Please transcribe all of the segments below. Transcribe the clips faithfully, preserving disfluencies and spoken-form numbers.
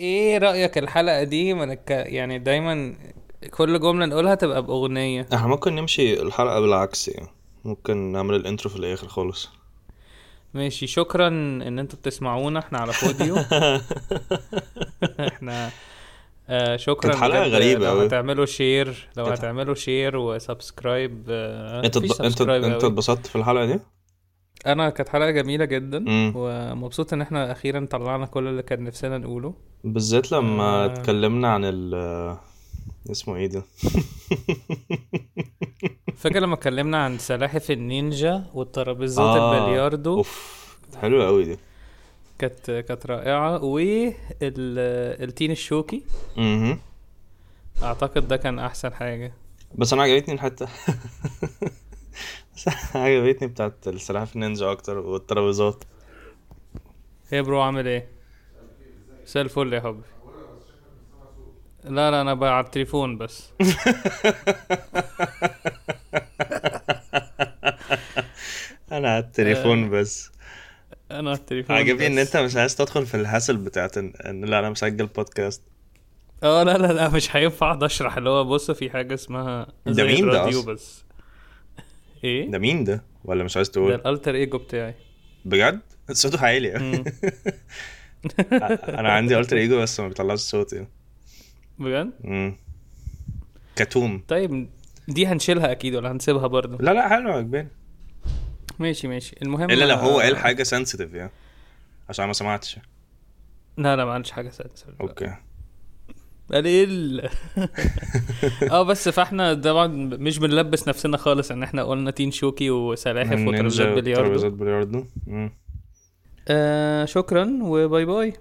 ايه رأيك الحلقة دي من الك... يعني دايما كل جملة نقولها تبقى بأغنية. احنا ممكن نمشي الحلقة بالعكس يعني. ممكن نعمل الانترو في الاخر خالص. ماشي، شكرا ان انتوا بتسمعونا، احنا على بوديو. احنا آه كانت شكرا حلقة بجد غريبة لو اوي. هتعملوا شير، لو كانت هتعملوا شير وسبسكرايب. آه انت مفيش اتب... انت سبسكرايب انت قوي. اتبسطت في الحلقة دي؟ انا كانت حلقة جميلة جدا امم ومبسوط ان احنا اخيرا طلعنا كل اللي كان نفسنا نقوله. بالذات لما آه اتكلمنا عن ال اسمه ايه ده؟ فاكر لما اتكلمنا عن سلاحف النينجا والترابيزات اه، البلياردو. اوف، كانت حلوة اوي دي. كانت كانت رائعة. والتين الشوكي امم اعتقد ده كان احسن حاجة. بس انا عجبتني الحتة. بس عجبتني بتاعت السلاحف النينجا اكتر والترابيزات. هي برو عامل ايه؟ مساء الفل يا حبي. لا لا انا بقى على التليفون بس. انا على التليفون آه بس. انا على التليفون عجبني ان انت بس. مش عايز تدخل في الهاسل بتاعت ان إن لا انا مسجل بودكاست. اه لا لا لا مش هينفع اقعد اشرح، اللي هو بص في حاجة اسمها ده زي مين ده الراديو اصلا؟ بس. ايه ده مين ده ولا مش عايز ده؟ تقول؟ الالتر ايجو بتاعي. بجد صوته عالي أوي. مم. انا عندي التر ايجو بس ما بيطلعش صوت يعني. بجد. امم كتوم. طيب دي هنشيلها اكيد ولا هنسيبها برضو؟ لا لا، حلو عجباني. ماشي ماشي المهم. الا لو هو قال آه حاجه سنسيتيف يعني، عشان ما سمعتش. لا لا ما عندش حاجة سادسة. اوكي. قليل. اه بس فاحنا طبعا مش بنلبس نفسنا خالص ان احنا قلنا تين شوكي وسلاحف وترابيزات النينجا بلياردو. ترابيزات بلياردو. امم آه شكرا وباي باي.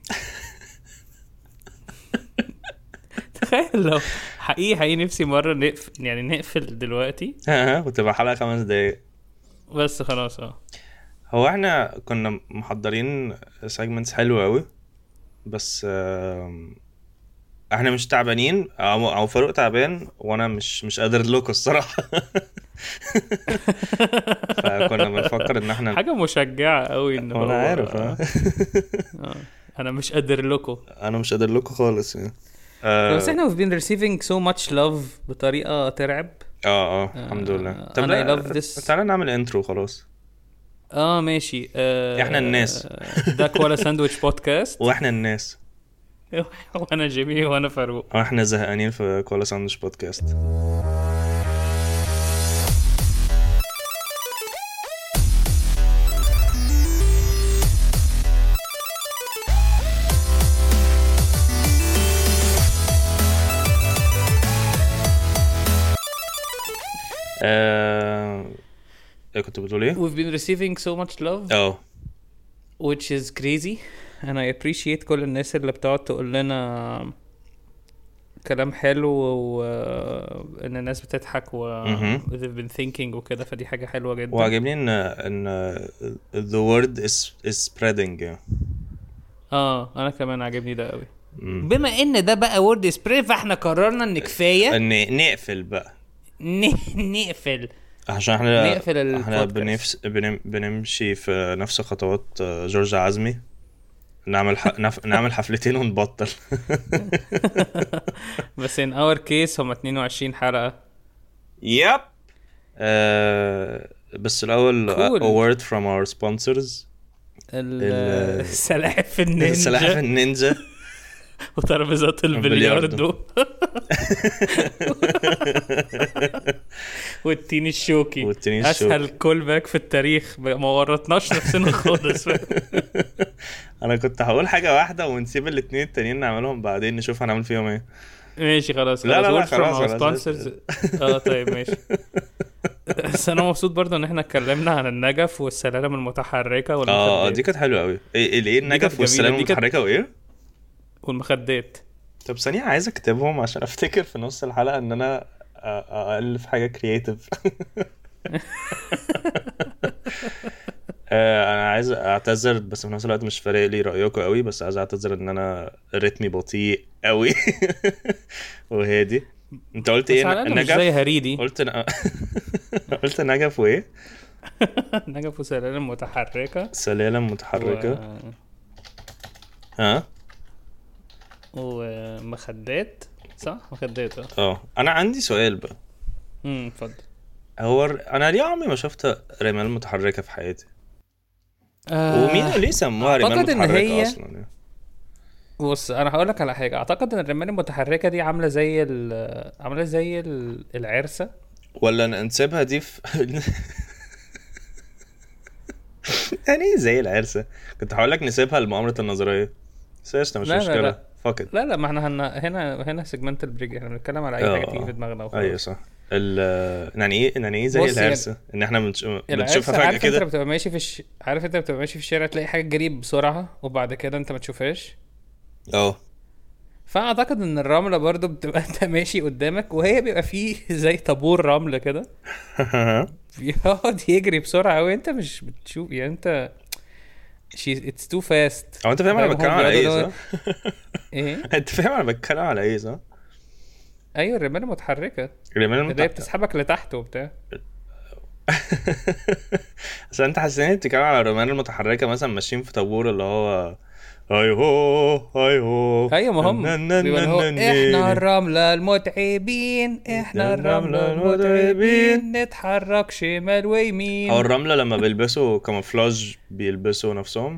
تخيل لو حقيقي حقيقي نفسي مرة نقفل، يعني نقفل دلوقتي ها ها، وتبقى حلقه خمس دقايق. بس خلاص. اه هو احنا كنا محضرين سيجمنتس حلوه قوي، بس آم، احنا مش تعبانين او او فاروق تعبان وانا مش مش قادر لكم الصراحه. فكنا بنفكر ان احنا. حاجة مشجعة قوي ان وانا هو عارف ها. آه. انا مش قادر لكم. انا مش قادر لكم خالص يعني. بس اه احنا we've been receiving so much love بطريقة ترعب. اه, آه الحمد لله. آه طب and I لا، love this. تعالى نعمل انترو خلاص. اه ماشي. احنا الناس. آه ده كوالا ساندويتش بودكاست. واحنا الناس. وانا جيمي وانا فاروق. واحنا زهقانين في كولا ساندويتش بودكاست. آه... إيه كنت بتقول ايه؟ We've been receiving so much love اه which is crazy and I appreciate كل الناس اللي بتقعد تقول لنا كلام حلو وان الناس بتضحك و مهم. they've been thinking وكده، فدي حاجة حلوة جدا. وعجبني ان ان the word is is spreading يعني. اه انا كمان عجبني ده قوي. مم. بما ان ده بقى وورد سبراي فاحنا قررنا ان كفاية ان نقفل بقى ن... نقفل عشان احنا نقفل احنا البودكاست. بنفس بنم... بنمشي في نفس خطوات آه، جورج عزمي. نعمل ح... نف... نعمل حفلتين ونبطل. بس in our case هم اتنين وعشرين حلقة. يب. آه... بس الاول Cool. a word from our sponsors. ال- ال- السلاحف سلاحف النينجا النينجا وترابيزات البلياردو. البلياردو والتين الشوكي. والتنين اسهل الشوكي. كول باك في التاريخ، ما ورطناش نفسنا خالص. انا كنت هقول حاجه واحده ونسيب الاتنين التانيين نعملهم بعدين نشوف هنعمل فيهم ايه. ماشي خلاص لا لا لا، خلاص. word from خلاص our خلاص. sponsors. اه طيب ماشي. بس انا مبسوط برضه ان احنا اتكلمنا عن النجف والسلالم المتحركة اه اه، والمخدات. دي كانت حلوه قوي. ايه الايه دي كانت النجف جميلة. والسلام دي كانت المتحركه وايه؟ والمخدات. طب ثانيه، عايز اكتبهم عشان افتكر في نص الحلقه ان انا أ- أألف حاجة كرياتيف. انا عايز اعتذر بس في نفس الوقت مش فارق لي رايكم قوي، بس عايز اعتذر ان انا رتمي بطيء قوي. وهادي. انت قلت بس ايه؟ على الأقل مش زي نجف. هريدي. قلت ن... قلت نجف وايه؟ نجف وسلالم متحركة سلالم و... متحركه. ها ومخدات، صح مخدات اه. اه انا عندي سؤال بقى. امم اتفضل. هو ر- انا ليه عمري ما شفت رمال متحركه في حياتي؟ ومين آه ليه سموها رمال اعتقد ان متحركه هي، اصلا يعني؟ بص انا هقول لك على حاجه، اعتقد ان الرمال المتحركه دي عامله زي ال- عامله زي ال- العرسه. ولا ن- نسيبها دي في يعني ايه زي العرسه؟ كنت هقول لك نسيبها لمؤامره النظريه، بس قشطة، مش لا لا مشكله، لا فاكت. لا لا، ما احنا هن... هنا هنا سيجمنت البريك، احنا بنتكلم على اي حاجه تيجي في اه دماغنا ايوه وخلاص. صح. ال يعني ايه يعني ايه زي بص يعني العرسه ان احنا بنش... بنشوفها العرسه، فجاه عارف انت لما كده؟ بتبقى ماشي في الش... عارف انت بتبقى ماشي في الشارع تلاقي حاجه تجري بسرعه وبعد كده انت ما تشوفهاش. اه فاعتقد ان الرمله برضو بتبقى انت ماشي قدامك وهي بيبقى فيه زي طابور رمل كده بيقعد يجري بسرعه وانت مش بتشوف، يعني انت شي اتس تو فاست. هو انت فاهم انا فاهم بتكلم هم على بيقعدوا ايه اللي هو صح؟ ايه. انت فاهم انا بتكلم على ايه صح؟ ايوه الرمال المتحركه الرمال اللي هي المتحركه. بتسحبك لتحت وبتاع. عشان انت حاسس بتتكلم على الرمال المتحركه مثلا ماشيين في طابور اللي هو هاي هو هاي هو ايوه ما هم نن- نن- بيبقى اللي نن- هو نن- احنا نن. الرملة المتعبين، احنا الرملة الرملة المتعبين. المتعبين، نتحرك شمال او ويمين. الرملة لما بيلبسوا كاموفلاج بيلبسوا نفسهم.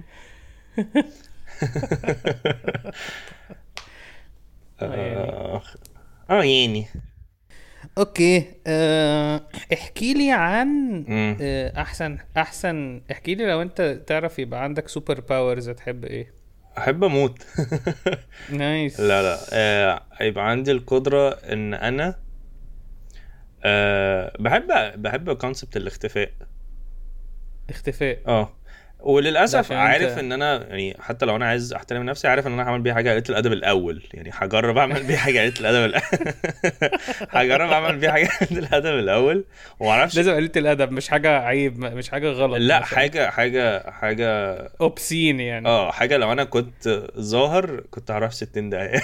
اه يعني اه آه، يعني اوكي. اه احكي لي عن مم. اه احسن احسن احكي لي لو انت تعرف يبقى عندك سوبر باورز هتحب ايه؟ احب اموت. لا لا نايس. آه، يبقى عندي القدرة ان انا أه بحب بحب كونسبت الاختفاء. اختفاء اه ده وللاسف عشان عارف انت ان انا يعني حتى لو انا عايز احترم نفسي عارف ان انا هعمل بيها حاجه قليله الادب الاول، يعني هجرب اعمل بيها حاجه قليله الادب الأول. هجرب اعمل بيها حاجه قليله الادب الاول وما اعرفش. لازم قلة الادب، مش حاجة عيب، مش حاجة غلط لا مثلا حاجه حاجه حاجه اوبسين يعني. اه حاجه لو انا كنت ظاهر كنت هروح ستين دقيقه.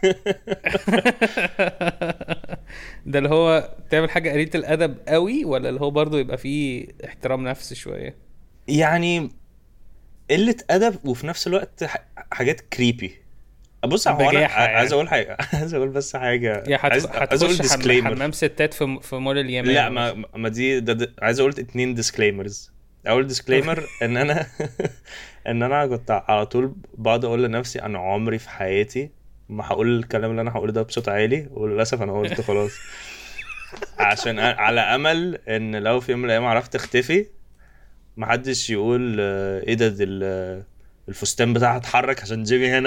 ده اللي هو تعمل حاجة قليلة الأدب قوي، ولا اللي هو برضو يبقى فيه احترام نفس شوية؟ يعني قله ادب وفي نفس الوقت ح- حاجات كريبي. بص هو انا بجاحة ع- عايز يعني. اقول حاجه عايز اقول بس حاجه يا عايز هتخ... عايز اقول هتخش حم... ديسكليمر. حمام ستات في في مول اليمامة لا مثلا. ما ما دي ده, ده عايز اقول اتنين ديسكليمرز. اول ديسكليمر ان انا ان انا كنت على طول بقعد اقول لنفسي انا عمري في حياتي ما هقول الكلام اللي انا هقوله ده بصوت عالي، وللاسف انا قلته خلاص. عشان أ- على امل ان لو في يوم من الايام عرفت اختفي محدش يقول آه، ايه ده دي ال- الفستان بتاعها اتحرك عشان جيمي هنا.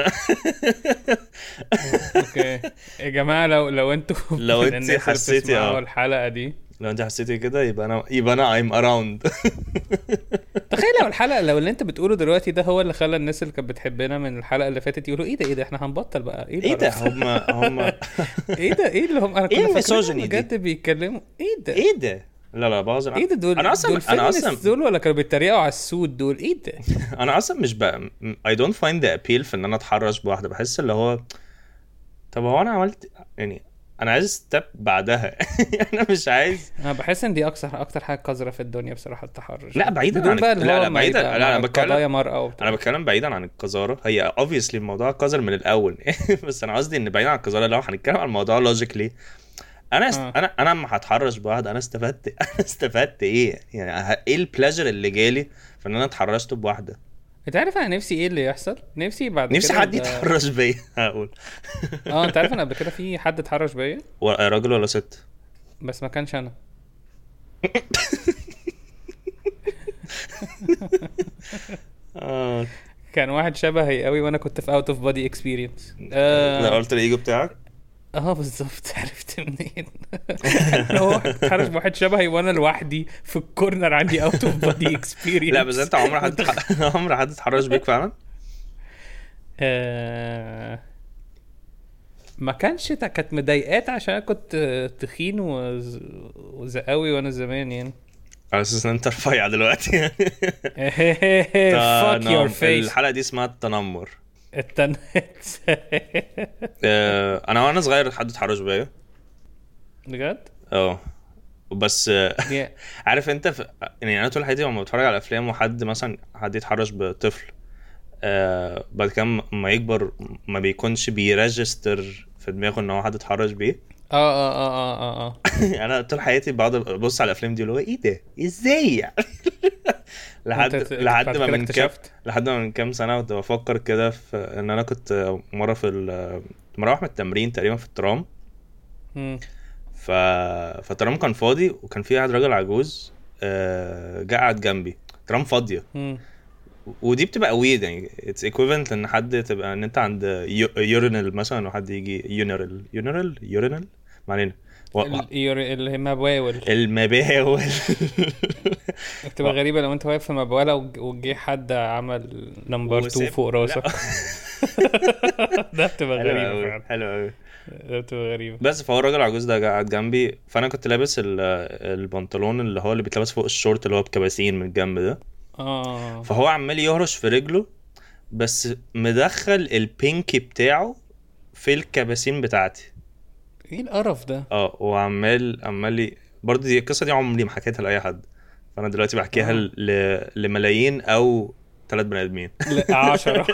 اوكي يا جماعة، لو لو انتوا لو من انت الناس اللي حسيتي بتسمعوا اه الحلقة دي، لو انت حسيتي كده يبقى انا يبقى انا I'm around. تخيل لو الحلقة، لو اللي انت بتقوله دلوقتي ده هو اللي خلى الناس اللي كانت بتحبنا من الحلقة اللي فاتت يقولوا ايه ده ايه ده احنا هنبطل بقى، ايه ايه ده القرف هم هم ايه ده ايه اللي هم انا ايه كنا فاكرين الميسوجيني دي؟ بجد بيتكلموا ايه ده ايه ده؟ لا لا بهزر. ايه ده دول انا اصلا دول انا feminists اصلا دول، ولا كانوا بيتريقوا على السود دول، ايه ده؟ انا اصلا مش بقى I don't find the appeal في ان انا اتحرش بواحده. بحس اللي هو طب هو انا عملت يعني انا عايز ستيب بعدها. انا مش عايز. انا بحس ان دي اكثر اكتر حاجه قذره في الدنيا بصراحه، التحرش. لا بعيدا بدون عن بقى الك- اللي لا هو لا ما بعيدا يبقى لا انا مع قضايا بتكلم مرأة وبتاع. انا بتكلم بعيدا عن القذاره. هي obviously الموضوع قذر من الاول. بس انا قصدي ان بعيدا عن القذاره لو هنتكلم عن الموضوع logically انا است... اه انا انا لما هتحرش بواحد انا استفدت. انا استفدت ايه يعني؟ ه- ايه البلاجر اللي جالي في ان انا اتحرشت بواحده؟ انت عارف انا نفسي ايه اللي يحصل؟ نفسي بعد نفسي كده حد يبقى- يتحرش بيا. هقول اه انت عارف انا قبل كده في حد اتحرش بيا و- راجل ولا ست؟ بس ما كانش انا. اه كان واحد شبهي قوي وانا كنت في اوت اوف بودي اكسبيرينس. لا اه قلت الايجو بتاعك. اه بالظبط. عرفت منين؟ هو اتحرش بواحد شبهي وانا لوحدي في الكورنر عندي اوت اوف بودي اكسبيرينس. لا بس انت عمر حد عمر حد اتحرش بيك فعلا؟ آه، ما كانش تا- كانت مضايقات عشان أنا كنت تخين وز- وزقاوي وانا زمان يعني. على اساس ان انت رفيع دلوقتي. fuck your تنم- face. الحلقه دي اسمها التنمر. التنت. آه، انا وانا صغير حد اتحرش بيا. بجد؟ اه بس آه، يا- عارف انت في... يعني انا طول حياتي لما بتفرج على افلام وحد مثلا حد يتحرش بطفل آه بعد كده ما يكبر ما بيكونش بيرجستر في دماغه ان هو حد اتحرش بيه. اه اه اه اه اه اه انا طول حياتي بقعد ابص على الافلام دي اللي هو ايه ده ازاي يعني. وانت لحد ت- لحد بعد ما كده من كام اكتشفت. لحد ما من كام سنه كنت بفكر كده في ان انا كنت مره في ال... مروح من التمرين تقريبا في الترام. مم. ف فالترام كان فاضي وكان في واحد راجل عجوز آه، جه قعد جنبي. الترام فاضيه مم. ودي بتبقى ويد يعني اتس ايكويفالنت ان حد تبقى ان انت عند يورينال مثلا وحد يجي يونرال يونرال يورينال ما علينا و- و- ال- يور- اللي هي مباول. المباول. بتبقى غريبة لو انت واقف في مبولة وج- وجه حد عمل نمبر اتنين وسيب فوق لا. راسك. ده بتبقى حلو غريبة قوي فعلا. حلو قوي. ده بتبقى غريبة. بس فهو الراجل العجوز ده قاعد جنبي فانا كنت لابس ال- البنطلون اللي هو اللي بيتلبس فوق الشورت اللي هو بكباسين من الجنب ده. اه فهو عمال يهرش في رجله بس مدخل البينكي بتاعه في الكباسين بتاعتي. ايه القرف ده؟ اه وعمال عمال ي- برضه دي القصه دي عمري ما حكيتها لاي حد. فانا دلوقتي بحكيها اه ل... لملايين او ثلاث بني ادمين. لا عشرة.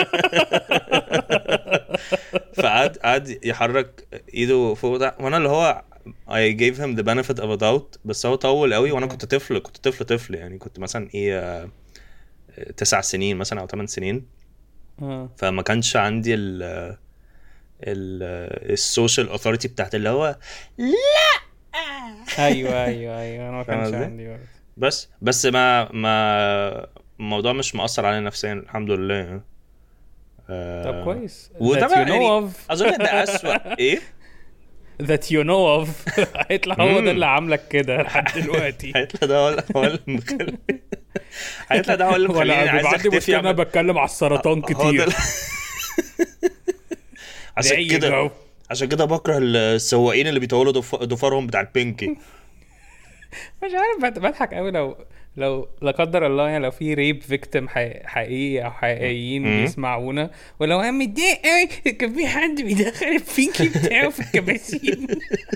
فقعد قعد يحرك ايده فوق ده وانا اللي هو I gave him the benefit of a doubt بس هو طول قوي وانا كنت طفل كنت طفل طفل يعني كنت مثلا ايه آه، تسع سنين مثلا او ثمان سنين. اه فما كانش عندي ال ال السوشيال اوثوريتي بتاعت اللي هو ايوه ايوه ايوه انا ما فاهم كانش قصدي؟ عندي برضه. بس بس ما ما الموضوع مش مؤثر عليا نفسيا الحمد لله يعني. طب آه كويس وده that you بقى يعني know of. اظن ده اسوأ ايه that you know of. هيطلع هو ده مم. اللي عاملك كده لحد دلوقتي. هيطلع ده ولا هو اللي مخلي هيطلع ده هو اللي مخليني ولا عايز بيبقى عندي اختفي مشكلة انا اعمل بتكلم على السرطان هو ده كتير. عشان There you كده go. عشان كده بكره السواقين اللي بيطولوا ضف- ضفارهم بتاع البينكي. مش عارف بت- بضحك قوي لو لو لا قدر الله يعني لو في ريب فيكتيم حقيقي او حقيقيين مم. بيسمعونا ولو انا متضايق قوي كان في حد بيدخل البينكي بتاعه في الكباسين.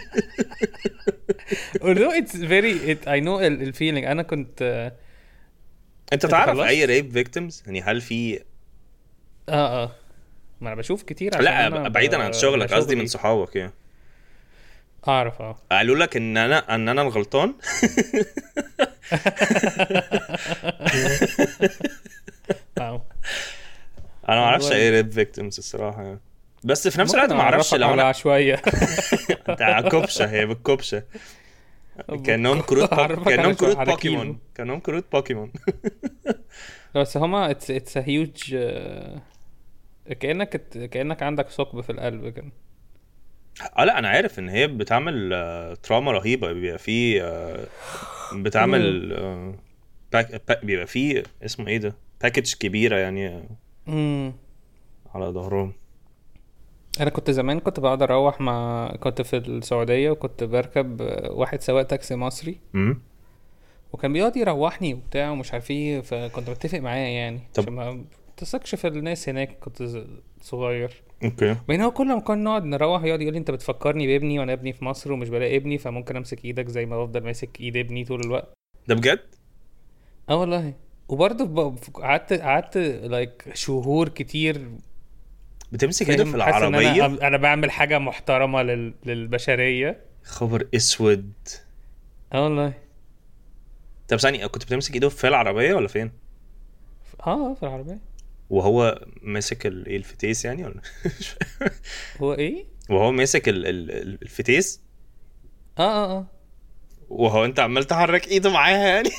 although it's very it, I know ال- الفيلينج انا كنت اه انت انت تعرف اي خلصت؟ ريب فيكتيمز يعني هل في اه اه ما انا بشوف كتير عشان لا انا ب... بعيدا عن شغلك ده قصدي من شغلي. صحابك يعني اعرف اه قالوا لك ان انا ان انا الغلطان. اه انا ما اعرفش والله ايه ريب فيكتيمز الصراحه يعني. بس في نفس الوقت ممكن ما اعرفش اعرفك لو على انا شويه. بتاع كوبشه هي بالكوبشه كانهم كروت بوك... اعرفك كانهم على شويه كروت على بوكيمون كيلو. كانهم كروت بوكيمون. بس هما it's it's a huge uh, كأنك كأنك عندك ثقب في القلب كده. اه لا انا عارف ان هي بتعمل آه، تراما رهيبه بيبقى في آه، بتعمل آه، باك... باك... بيبقى في اسمه ايه ده باكج كبيره يعني آه، امم على ظهرهم. انا كنت زمان كنت بقعد اروح مع كنت في السعوديه وكنت بركب آه، واحد سواق تاكسي مصري امم وكان بيقعد يروحني وبتاع ومش عارف ايه فكنت بتفق معاه يعني طب عشان ما تثقش في الناس هناك كنت ز- صغير. اوكي بين هو كل ما كنا نقعد نروح يقعد يقول لي انت بتفكرني بابني وانا ابني في مصر ومش بلاقي ابني فممكن امسك ايدك زي ما بفضل ماسك ايد ابني طول الوقت. ده بجد اه والله. وبرضه ب- قعدت قعدت لايك شهور كتير بتمسك ايده في فاهم حاسس ان العربيه. انا انا بعمل حاجه محترمه لل... للبشريه. خبر اسود. اه والله. طب ثانيه كنت بتمسك ايده في العربيه ولا فين اه في العربيه. وهو ماسك ال- ايه الفتيس يعني ولا هو ايه؟ وهو ماسك ال- ال- ال- الفتيس اه اه اه وهو انت عمال تحرك ايده معاها يعني.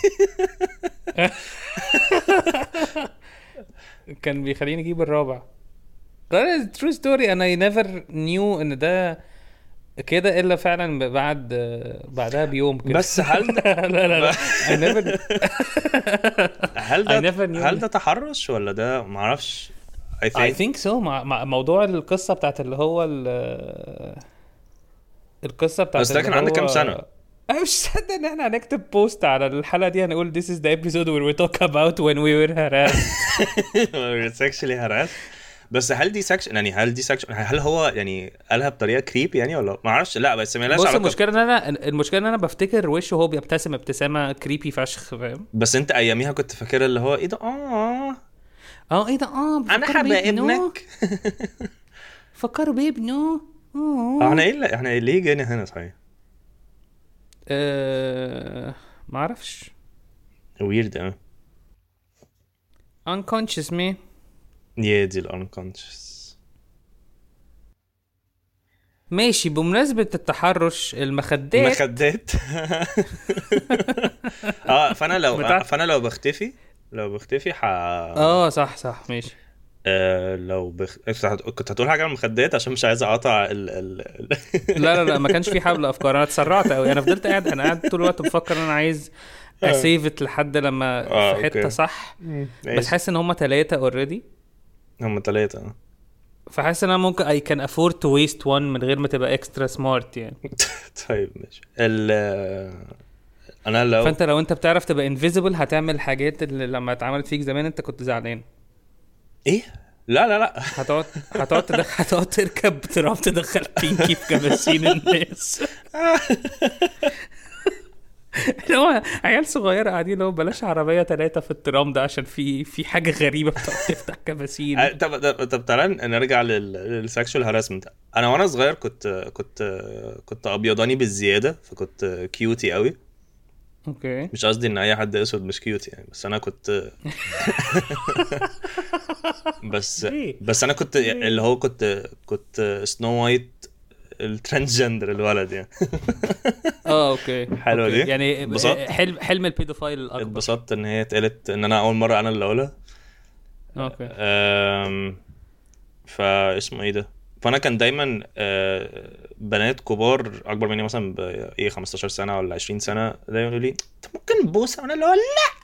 كان بيخليني اجيب الرابع. ده ترو ستوري انا نيفر نيو ان ده كده الا فعلا بعد بعدها بيوم كده. بس هل ده لا لا لا I never هل I ده never knew هل ده تحرش ولا ده معرفش. I I think think so مع, مع موضوع القصة بتاعت اللي هو ال- القصة بتاعت بس ده اللي كان عندك كام هو سنة؟ انا مش صدق ان احنا هنكتب بوست على الحلقة دي هنقول this is the episode where we talk about when we were harassed. It's actually harassed. بس هل دي سكشن يعني هل دي سكشن هل هو يعني قالها بطريقة كريب يعني ولا ما اعرفش. لا بس ما لهاش بص علاقة. المشكلة ان انا المشكلة ان انا بفتكر وشه وهو بيبتسم ابتسامة كريبي فشخ فاهم. بس انت اياميها كنت فاكرها اللي هو ايه ده اه اه ايه ده، اه انا بفكروا حابة بابنه. ابنك. فكروا بابنه. احنا اه ايه اللي- احنا ليه جينا هنا صحيح؟ آه، ما اعرفش. ويرد اه. unconscious me. يا دي الانكونشس. ماشي، بمناسبة التحرش، المخدات مخدات. اه فانا لو بتاعت. فانا لو بختفي لو بختفي ح اه صح صح ماشي. آه لو بخ... كنت هتقول حاجه عن المخدات عشان مش عايز اقاطع ال... ال... ال... لا لا لا، ما كانش في حبل افكار، انا اتسرعت قوي، انا فضلت قاعد، انا قاعد طول الوقت بفكر ان انا عايز اه اسيفت لحد لما اه في حتة اوكي. صح. مم، بس ماشي. حاسس ان هما ثلاثة اوريدي، هم ثلاثه. فحاسس ان انا ممكن I can afford to waste one من غير ما تبقى extra smart يعني. طيب ماشي. ال... انا لو فانت لو انت بتعرف تبقى invisible هتعمل الحاجات اللي لما اتعملت فيك زمان انت كنت زعلان. ايه، لا لا لا. هتقعد هتقعد تدخل هتقعد تركب تراب تدخل بينكي في كباسين الناس. اللي هو عيال صغيرة قاعدين اللي هو بلاش عربية ثلاثة في الترام ده عشان في في حاجة غريبة بتقعد تفتح آه، كباسين. طب طب طب تعالى نرجع للسكشوال هاراسمنت. انا وانا صغير كنت كنت كنت ابيضاني بالزياده، فكنت كيوتي قوي. اوكي. مش قصدي ان اي حد اسود مش كيوت يعني، بس انا كنت بس ليه؟ بس انا كنت ليه؟ اللي هو كنت كنت سنو وايت الترانسجندر الولد يعني. اه اوكي حلوه اوكي، دي. يعني انبسطت حلم حلم البيدوفايل الاكبر. اتبسطت ان هي اتقالت ان انا اول مره انا اللي اقولها. اوكي. أم... فاسمه ايه ده. فانا كان دايما آه، بنات كبار اكبر مني مثلا ب ايه خمستاشر سنه ولا عشرين سنه دايما يقولوا لي انت ممكن بوسه، وانا اللي هو لا.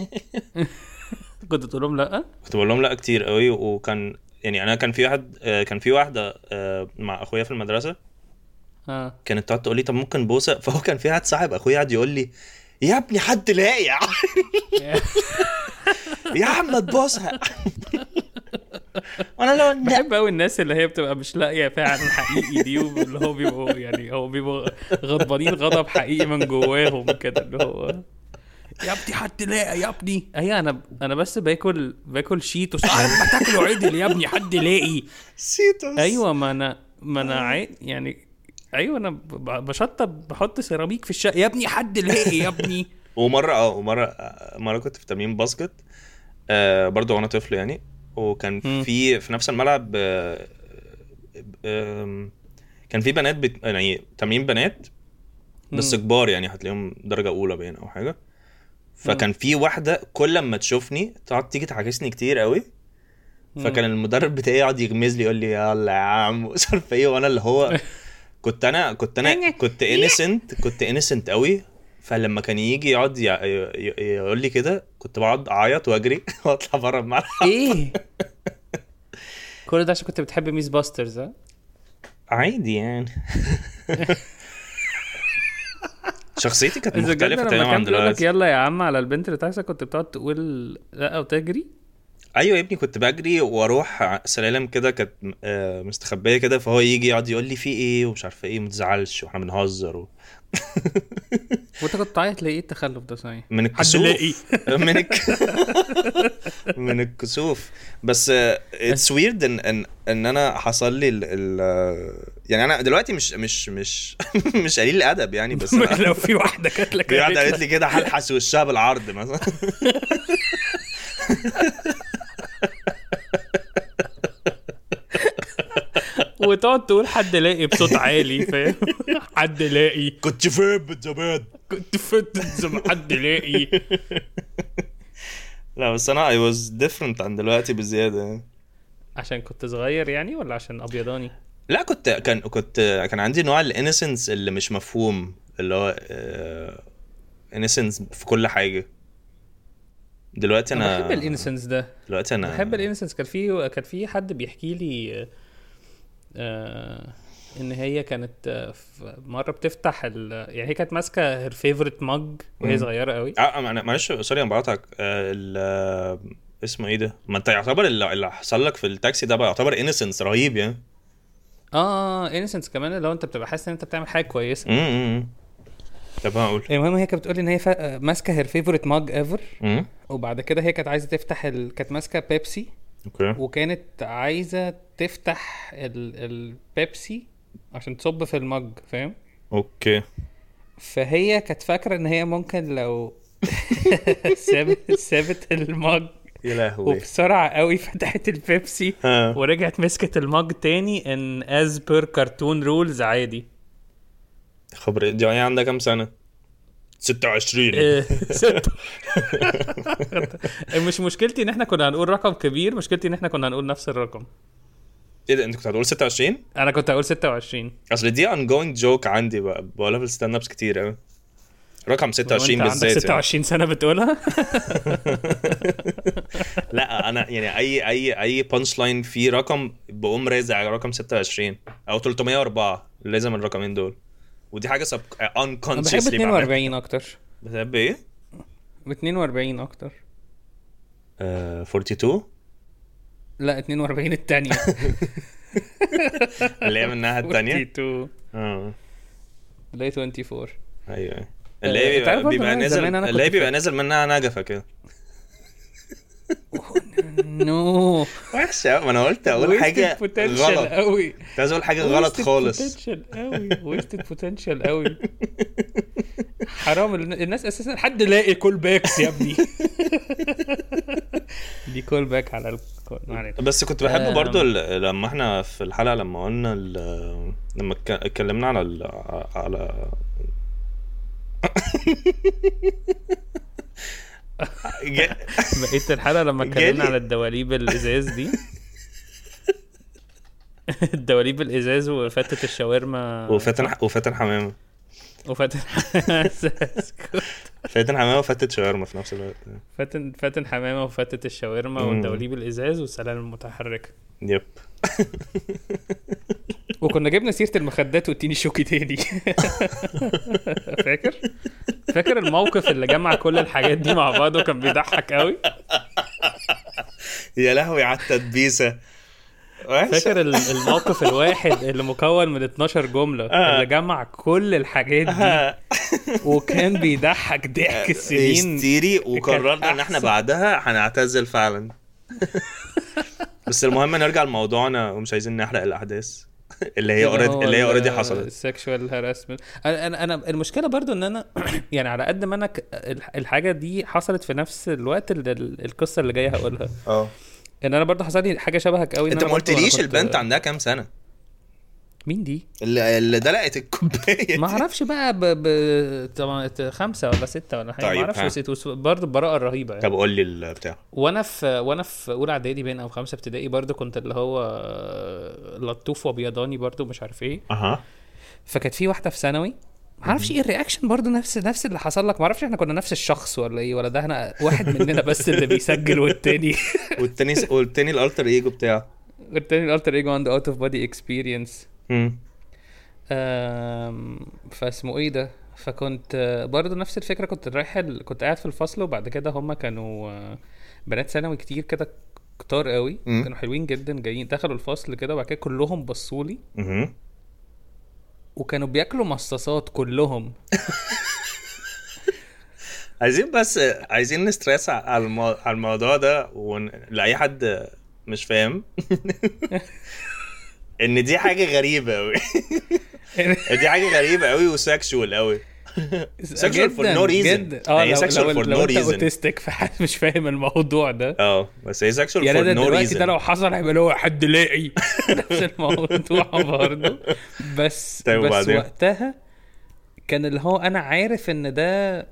كنت تقول لهم لا؟ كنت بقول لهم لا كتير قوي. وكان يعني انا كان في واحد آه، كان في واحده آه، مع اخويا في المدرسه اه كانت تقعد تقول لي طب ممكن بوسه. فهو كان في واحد صاحب اخويا قاعد يقول لي يا ابني حد لاقي يا عم. يا عم ما تبوسها. وانا لو لا. بحب قوي الناس اللي هي بتبقى مش لاقيه فعلا حقيقي دي، اللي هو بيبقوا يعني هو بيبقوا غضبانين غضب حقيقي من جواهم كده، اللي هو يا ابني حد لاقي يا ابني. ايوه انا انا بس باكل باكل شيتوس. عارف ما تاكلوا عدل يا ابني حد لاقي. سيتوس. ايوه ما انا ما انا عي... يعني ايوه انا ب- بشطب بحط سيراميك في الشقه يا ابني حد لاقي يا ابني. ومره اه ومره آه، مره كنت في تمرين باسكت آه برضو وانا طفل يعني. وكان مم. في في نفس الملعب آه آم، كان في بنات بت... يعني تمرين بنات بس مم. كبار يعني هتلاقيهم درجه اولى باين او حاجه. مم. فكان في واحده كل لما تشوفني تقعد تيجي تعاكسني كتير قوي. فكان مم. المدرب بتاعي يقعد يغمز لي يقول لي يلا يا عم مش عارف ايه. وانا اللي هو كنت انا كنت انا كنت انسنت كنت انسنت قوي. فلما كان يجي يقعد ي- ي- يقول لي كده كنت بقعد اعيط واجري واطلع بره الملعب. ايه كل ده عشان كنت بتحب ميس باسترز؟ ها عادي يعني. شخصيتي كانت اذا بجد مختلفه لما تماما عن كان بيقول لك دلوقتي. يلا يا عم على البنت اللي تحتك كنت بتقعد تقول لا وتجري؟ ايوه يا ابني كنت بجري واروح ع- سلالم كده كانت آه، مستخبيه كده. فهو يجي يقعد يقول لي في ايه ومش عارف ايه ما تزعلش واحنا بنهزر و... وانت كنت تعيط ليه؟ ايه التخلف ده صحيح؟ من حد لاقي. الكسوف. من الك... من الكسوف. بس اتس ويرد ان ان ان انا حصل لي ال... ال... يعني انا دلوقتي مش مش مش مش قليل الادب يعني. بس أنا... لو في واحده جات لك في واحده قالت لي كده هلحس وشها بالعرض مثلا. وتقعد تقول حد لاقي بصوت عالي، فاهم؟ حد لاقي كنت فين بالزباد. كنت فت زي حد لاقي. لا بس انا I was different عن دلوقتي بزياده. عشان كنت صغير يعني ولا عشان ابيضاني؟ لا كنت كان كنت كان عندي نوع الانسنس اللي مش مفهوم اللي هو انسنس في كل حاجه. دلوقتي انا انا بحب الانسنس ده. دلوقتي انا بحب الانسنس. كان في كان في حد بيحكي لي آه ان هي كانت آه، في مره بتفتح ال... يعني هي كانت ماسكه هير فيفورت مج وهي مم. صغيره قوي. اه انا معلش سوري انا بقاطعك. آه، ال- آه، اسمه ايه ده. ما انت يعتبر اللي اللي حصل لك في التاكسي ده بقى يعتبر انسنس رهيب يعني. اه انسنس كمان، لو انت بتبقى حاسس ان انت بتعمل حاجه كويسه. امم طب هقول المهم هي كانت بتقول ان هي فا... ماسكه هير فيفورت ماج ايفر. امم وبعد كده هي كانت عايزه تفتح ال... كانت ماسكه بيبسي، اوكي وكانت عايزه تفتح ال... البيبسي عشان تصب في المج، فاهم؟ اوكي فهي كانت فاكره ان هي ممكن لو سابت سابت المج يا لهوي وبسرعه قوي فتحت البيبسي ها. ورجعت مسكت المج تاني ان از بير كرتون رولز عادي. خبر دي هي عندها كام سنه؟ ستة وعشرين. إيه، ستة. مش مشكلتي ان احنا كنا هنقول رقم كبير، مشكلتي ان احنا كنا هنقول نفس الرقم. ايه ده انت كنت هتقول ستة وعشرين؟ انا كنت هقول ستة وعشرين. اصل دي ongoing joke عندي بقى بقولها في الستاند ابس كتير قوي، رقم ستة وعشرين وانت عندك بالذات ستة وعشرين سنة بتقولها؟ يعني. لا انا يعني اي اي اي بانش لاين في رقم بقوم رازع على رقم ستة وعشرين او ثلاثمية وأربعة، لازم الرقمين دول، ودي حاجه سب انا بحب unconsciously اتنين واربعين اكتر. بتحب ايه؟ ب اتنين واربعين اكتر. آه اتنين وأربعين لا اتنين واربعين التانية. اللي هي من الناحيه الثانيه. اربعة وعشرين اه لا اربعة وعشرين. ايوه أيوة. اللي هي انت عارف بيبقى, برضه بيبقى إن أنا نازل زمان أنا اللي هي كنت بيبقى فاكر- نازل منها نجفه كده نو وحشه أوي. ما انا قلت اقول حاجه غلط، قوي. كنت عايز اقول حاجه غلط خالص. بوتنشال قوي، ويستد بوتنشال قوي. حرام الن- الناس اساسا حد لاقي كول باكس يا ابني. دي كول باك على الكول. ما علينا. بس كنت بحب آم. برضو ال- لما احنا في الحلقه لما قلنا ال- لما اتك- اتكلمنا على ال- على جا- بقيت الحلقه لما جالي- اتكلمنا على الدواليب الازاز دي. الدواليب الازاز وفتة الشاورما وفاتن وفاتن حمامه وفتن فاتن حمامه وفتت شاورما في نفس الوقت. فتن فتن حمامه وفتة الشاورما مم. والدواليب الازاز والسلام المتحركه. يب وكنا جبنا سيره المخدات والتيني شوكي تاني. فاكر فاكر الموقف اللي جمع كل الحاجات دي مع بعض وكان بيضحك قوي. يا لهوي على التدبيسه. وحشة. فاكر ال- الموقف الواحد اللي مكون من اتناشر جمله آه. اللي جمع كل الحاجات دي وكان بيضحك ضحك السنين. هستيري وقررنا ان احنا أحسن. بعدها هنعتزل فعلا. بس المهم نرجع لموضوعنا ومش عايزين نحرق الاحداث اللي هي اوريدي اللي هي اوريدي حصلت. السكشوال هاراسمنت. انا انا أنا المشكله برضو ان انا يعني على قد ما انا ك- الح- الحاجه دي حصلت في نفس الوقت اللي ال- القصه اللي جايه هقولها، اه ان انا برضو حصل لي حاجه شبهك قوي. إن انت أنا ما برضو أنا قلتليش كنت- البنت عندها كام سنه مين دي؟ اللي اللي دلقت الكوبايه. ما اعرفش بقى ب... ب... طبعا خمسة ولا ستة ولا حاجه. طيب، ما اعرفش ها. بس it was برضو براءه رهيبه يعني. طب قول لي البتاع. وانا في وانا في اولى اعدادي باين او خمسة ابتدائي برضو كنت اللي هو لطوف وبيضاني برضو مش عارف ايه. اها فكانت في واحده في ثانوي ما اعرفش ايه الرياكشن برضو نفس نفس اللي حصل لك. ما اعرفش احنا كنا نفس الشخص ولا ايه، ولا ده احنا واحد مننا بس اللي بيسجل والتاني والتاني والتاني الالتر ايجو بتاعه. والتاني الالتر ايجو عنده اوت اوف بودي اكسبيرينس. امم فاسمه ايه ده. فكنت آه، برضو نفس الفكره. كنت رايح ال... كنت قاعد في الفصل وبعد كده هم كانوا آه، بنات ثانوي كتير كده كتار قوي. مم. كانوا حلوين جدا جايين دخلوا الفصل كده وبعد كده كلهم بصوا لي اها وكانوا بياكلوا مصاصات كلهم. عايزين بس عايزين نستريس على المو... على الموضوع ده ون... لاي حد مش فاهم ان دي حاجه غريبه قوي. دي حاجه غريبه قوي وسكشوال قوي. sexual for no reason. جدا. اه يعني لو, sexual لو, for لو no انت reason. اوتستيك فحد مش فاهم الموضوع ده. اه بس هي sexual يعني for ده no دلوقتي ده reason. لو حصل هيبقى له حد لاقي نفس الموضوع برضه. بس طيب بس وبعدين؟ وقتها كان اللي هو انا عارف ان ده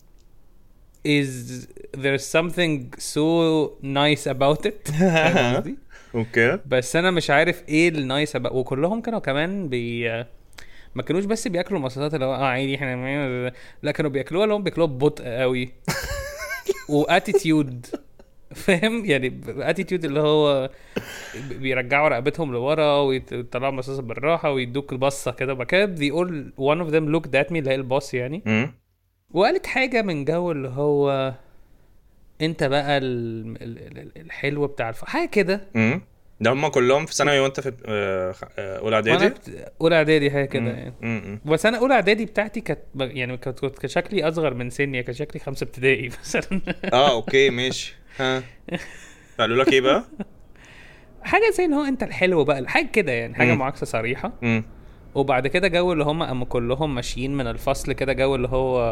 is there's something so nice about it. فاهم قصدي؟ اوكي بس انا مش عارف ايه النايس about. وكلهم كانوا كمان بي ما كانوش بس بياكلوا المصاصات اللي هو اه عادي احنا، لا كانوا بياكلوها اللي هم بياكلوها ببطء قوي واتيتيود. فاهم يعني اتيتيود اللي هو بيرجعوا رقبتهم لورا ويطلعوا مصاصه بالراحه ويدوك بصه كده. وبعد كده بيقول one of them looked at me اللي هي الباص يعني، امم وقالت حاجه من جو اللي هو انت بقى ال- ال- ال- الحلو بتاع الف... حاجه كده. امم ده هم كلهم في ثانوي وانت في آه، خ- آه، اولى وانا اعدادي؟ بت- اولى اعدادي حاجه كده مم، يعني. مم، مم. بس انا اولى اعدادي بتاعتي كانت ب- يعني كنت كنت كان شكلي اصغر من سني، كان شكلي خمسه ابتدائي مثلا. اه اوكي ماشي. ها فقالوا لك ايه بقى؟ حاجه زي ان هو انت الحلو بقى، حاجه كده يعني، حاجه امم معاكسه صريحه. امم وبعد كده جو اللي هم اما كلهم ماشيين من الفصل كده، جو اللي هو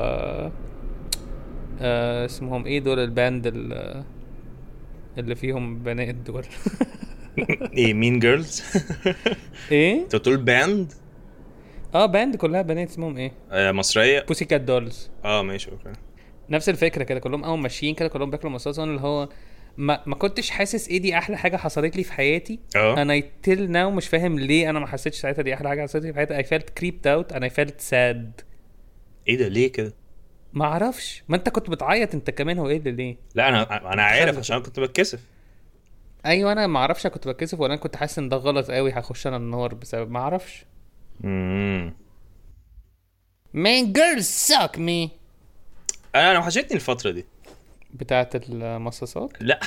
آه اسمهم ايه دول الباند ال- اللي فيهم بنات دول. ايه مين جيرلز؟ ايه؟ انت بتقول باند؟ اه باند كلها بنات، اسمهم ايه؟ آه مصرية. بوسي كات دولز. اه ماشي اوكي. نفس الفكره كده، كلهم اول ماشيين كده كلهم بياكلوا مصاصه، اللي هو ما ما كنتش حاسس ايه دي احلى حاجه حصلت لي في حياتي. اه انا تيل ناو مش فاهم ليه انا ما حسيتش ساعتها دي احلى حاجه حصلت لي في حياتي. I felt creeped out and I felt sad. ايه ده ليه كده؟ ما اعرفش، ما انت كنت بتعيط انت كمان، هو ايه اللي ليه؟ لا انا انا عارف متخلف. عشان كنت بتكسف. ايوه انا ما اعرفش، كنت بتكسف ولا انا كنت حاسس ان ده غلط قوي هخش انا النار بسبب ما اعرفش. امم Man girls suck me. انا انا وحشتني الفترة دي. بتاعت المصاصات. لا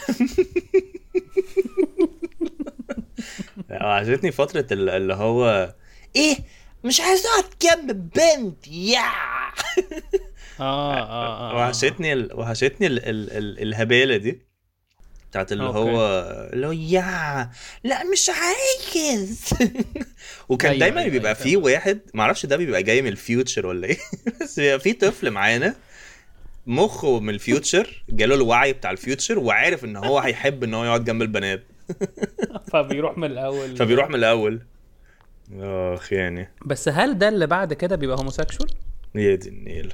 وحشتني فترة ال- اللي هو ايه، مش عايز اقعد جنب بنت يا اه اه اه وحشتني ال... وحشتني ال... ال... ال... الهبالة دي بتاعت اللي اوكي. هو اللي هو يا لا مش عايز. وكان ايوه دايما ايوه بيبقى ايوه فيه فاهم. واحد معرفش ده بيبقى جاي من الفيوتشر ولا ايه. بس بيبقى فيه طفل معانا مخه من الفيوتشر، جاله الوعي بتاع الفيوتشر وعارف ان هو هيحب ان هو يقعد جنب البنات، فبيروح من الاول. فبيروح من الاول. اخ يعني. بس هل ده اللي بعد كده بيبقى هوموسيكشوال؟ يا دي النيل.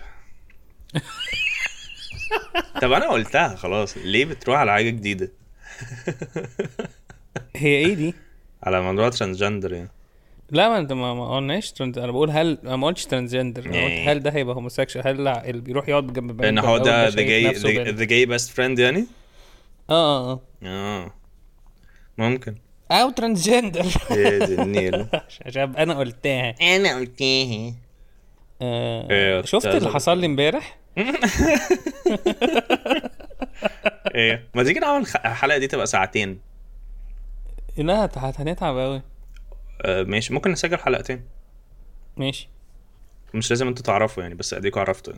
طب انا قلتها خلاص، ليه بتروح على حاجه جديده؟ هي ايه دي؟ على موضوع ترانسجندر يعني. لا ما انت ما ما قلناش ترند، انا بقول هل، أنا ما قلتش ترانسجندر، انا قلت يعني هل ده هيبقى هوموسيكشوال، هل لا اللي بيروح يقعد جنب بنات ان ده هو الاول ده ده the شايف gay نفسه the, بنت؟ the gay best friend يعني. اه اه اه اه ممكن. او ترانسجندر. يا دي النيل. عشان انا قلتها. انا قلتها. آه ايه كنت شفت عايز اللي أقول حصل لي إيه؟ امبارح؟ ايه ما تيجي نعمل خ- الحلقه دي تبقى ساعتين. لا هت- هنتعب قوي. آه ماشي ممكن نسجل حلقتين. ماشي. مش لازم انتوا تعرفوا يعني، بس اديكوا عرفتوا.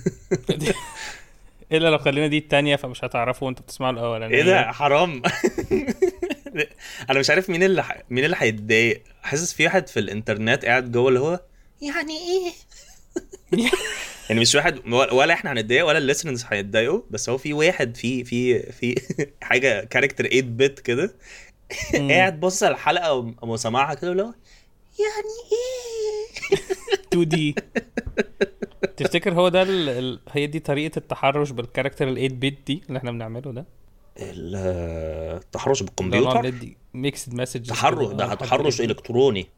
الا لو خلينا دي التانية فمش هتعرفوا وانتوا بتسمعوا ايه الاولانية. ده حرام. انا مش عارف مين اللي ح... مين اللي هيتضايق. حاسس في واحد في الانترنت قاعد جوه اللي هو يعني ايه. يعني مش واحد ولا ولا احنا هنتضايق ولا الليسنرز هيتضايقوا، بس هو في واحد في في في حاجه كاركتر ثمانية بت كده مم. قاعد بص على الحلقه وسمعها كده اللي هو يعني ايه. تو دي. تفتكر هو ده ال... ال... هي دي طريقة التحرش بالكاركتر ال ثمانية بت دي اللي احنا بنعمله ده؟ ال- التحرش لو بالكمبيوتر. نقعد ندي ميكسد مسجز تحرش ده تحرش الكتروني.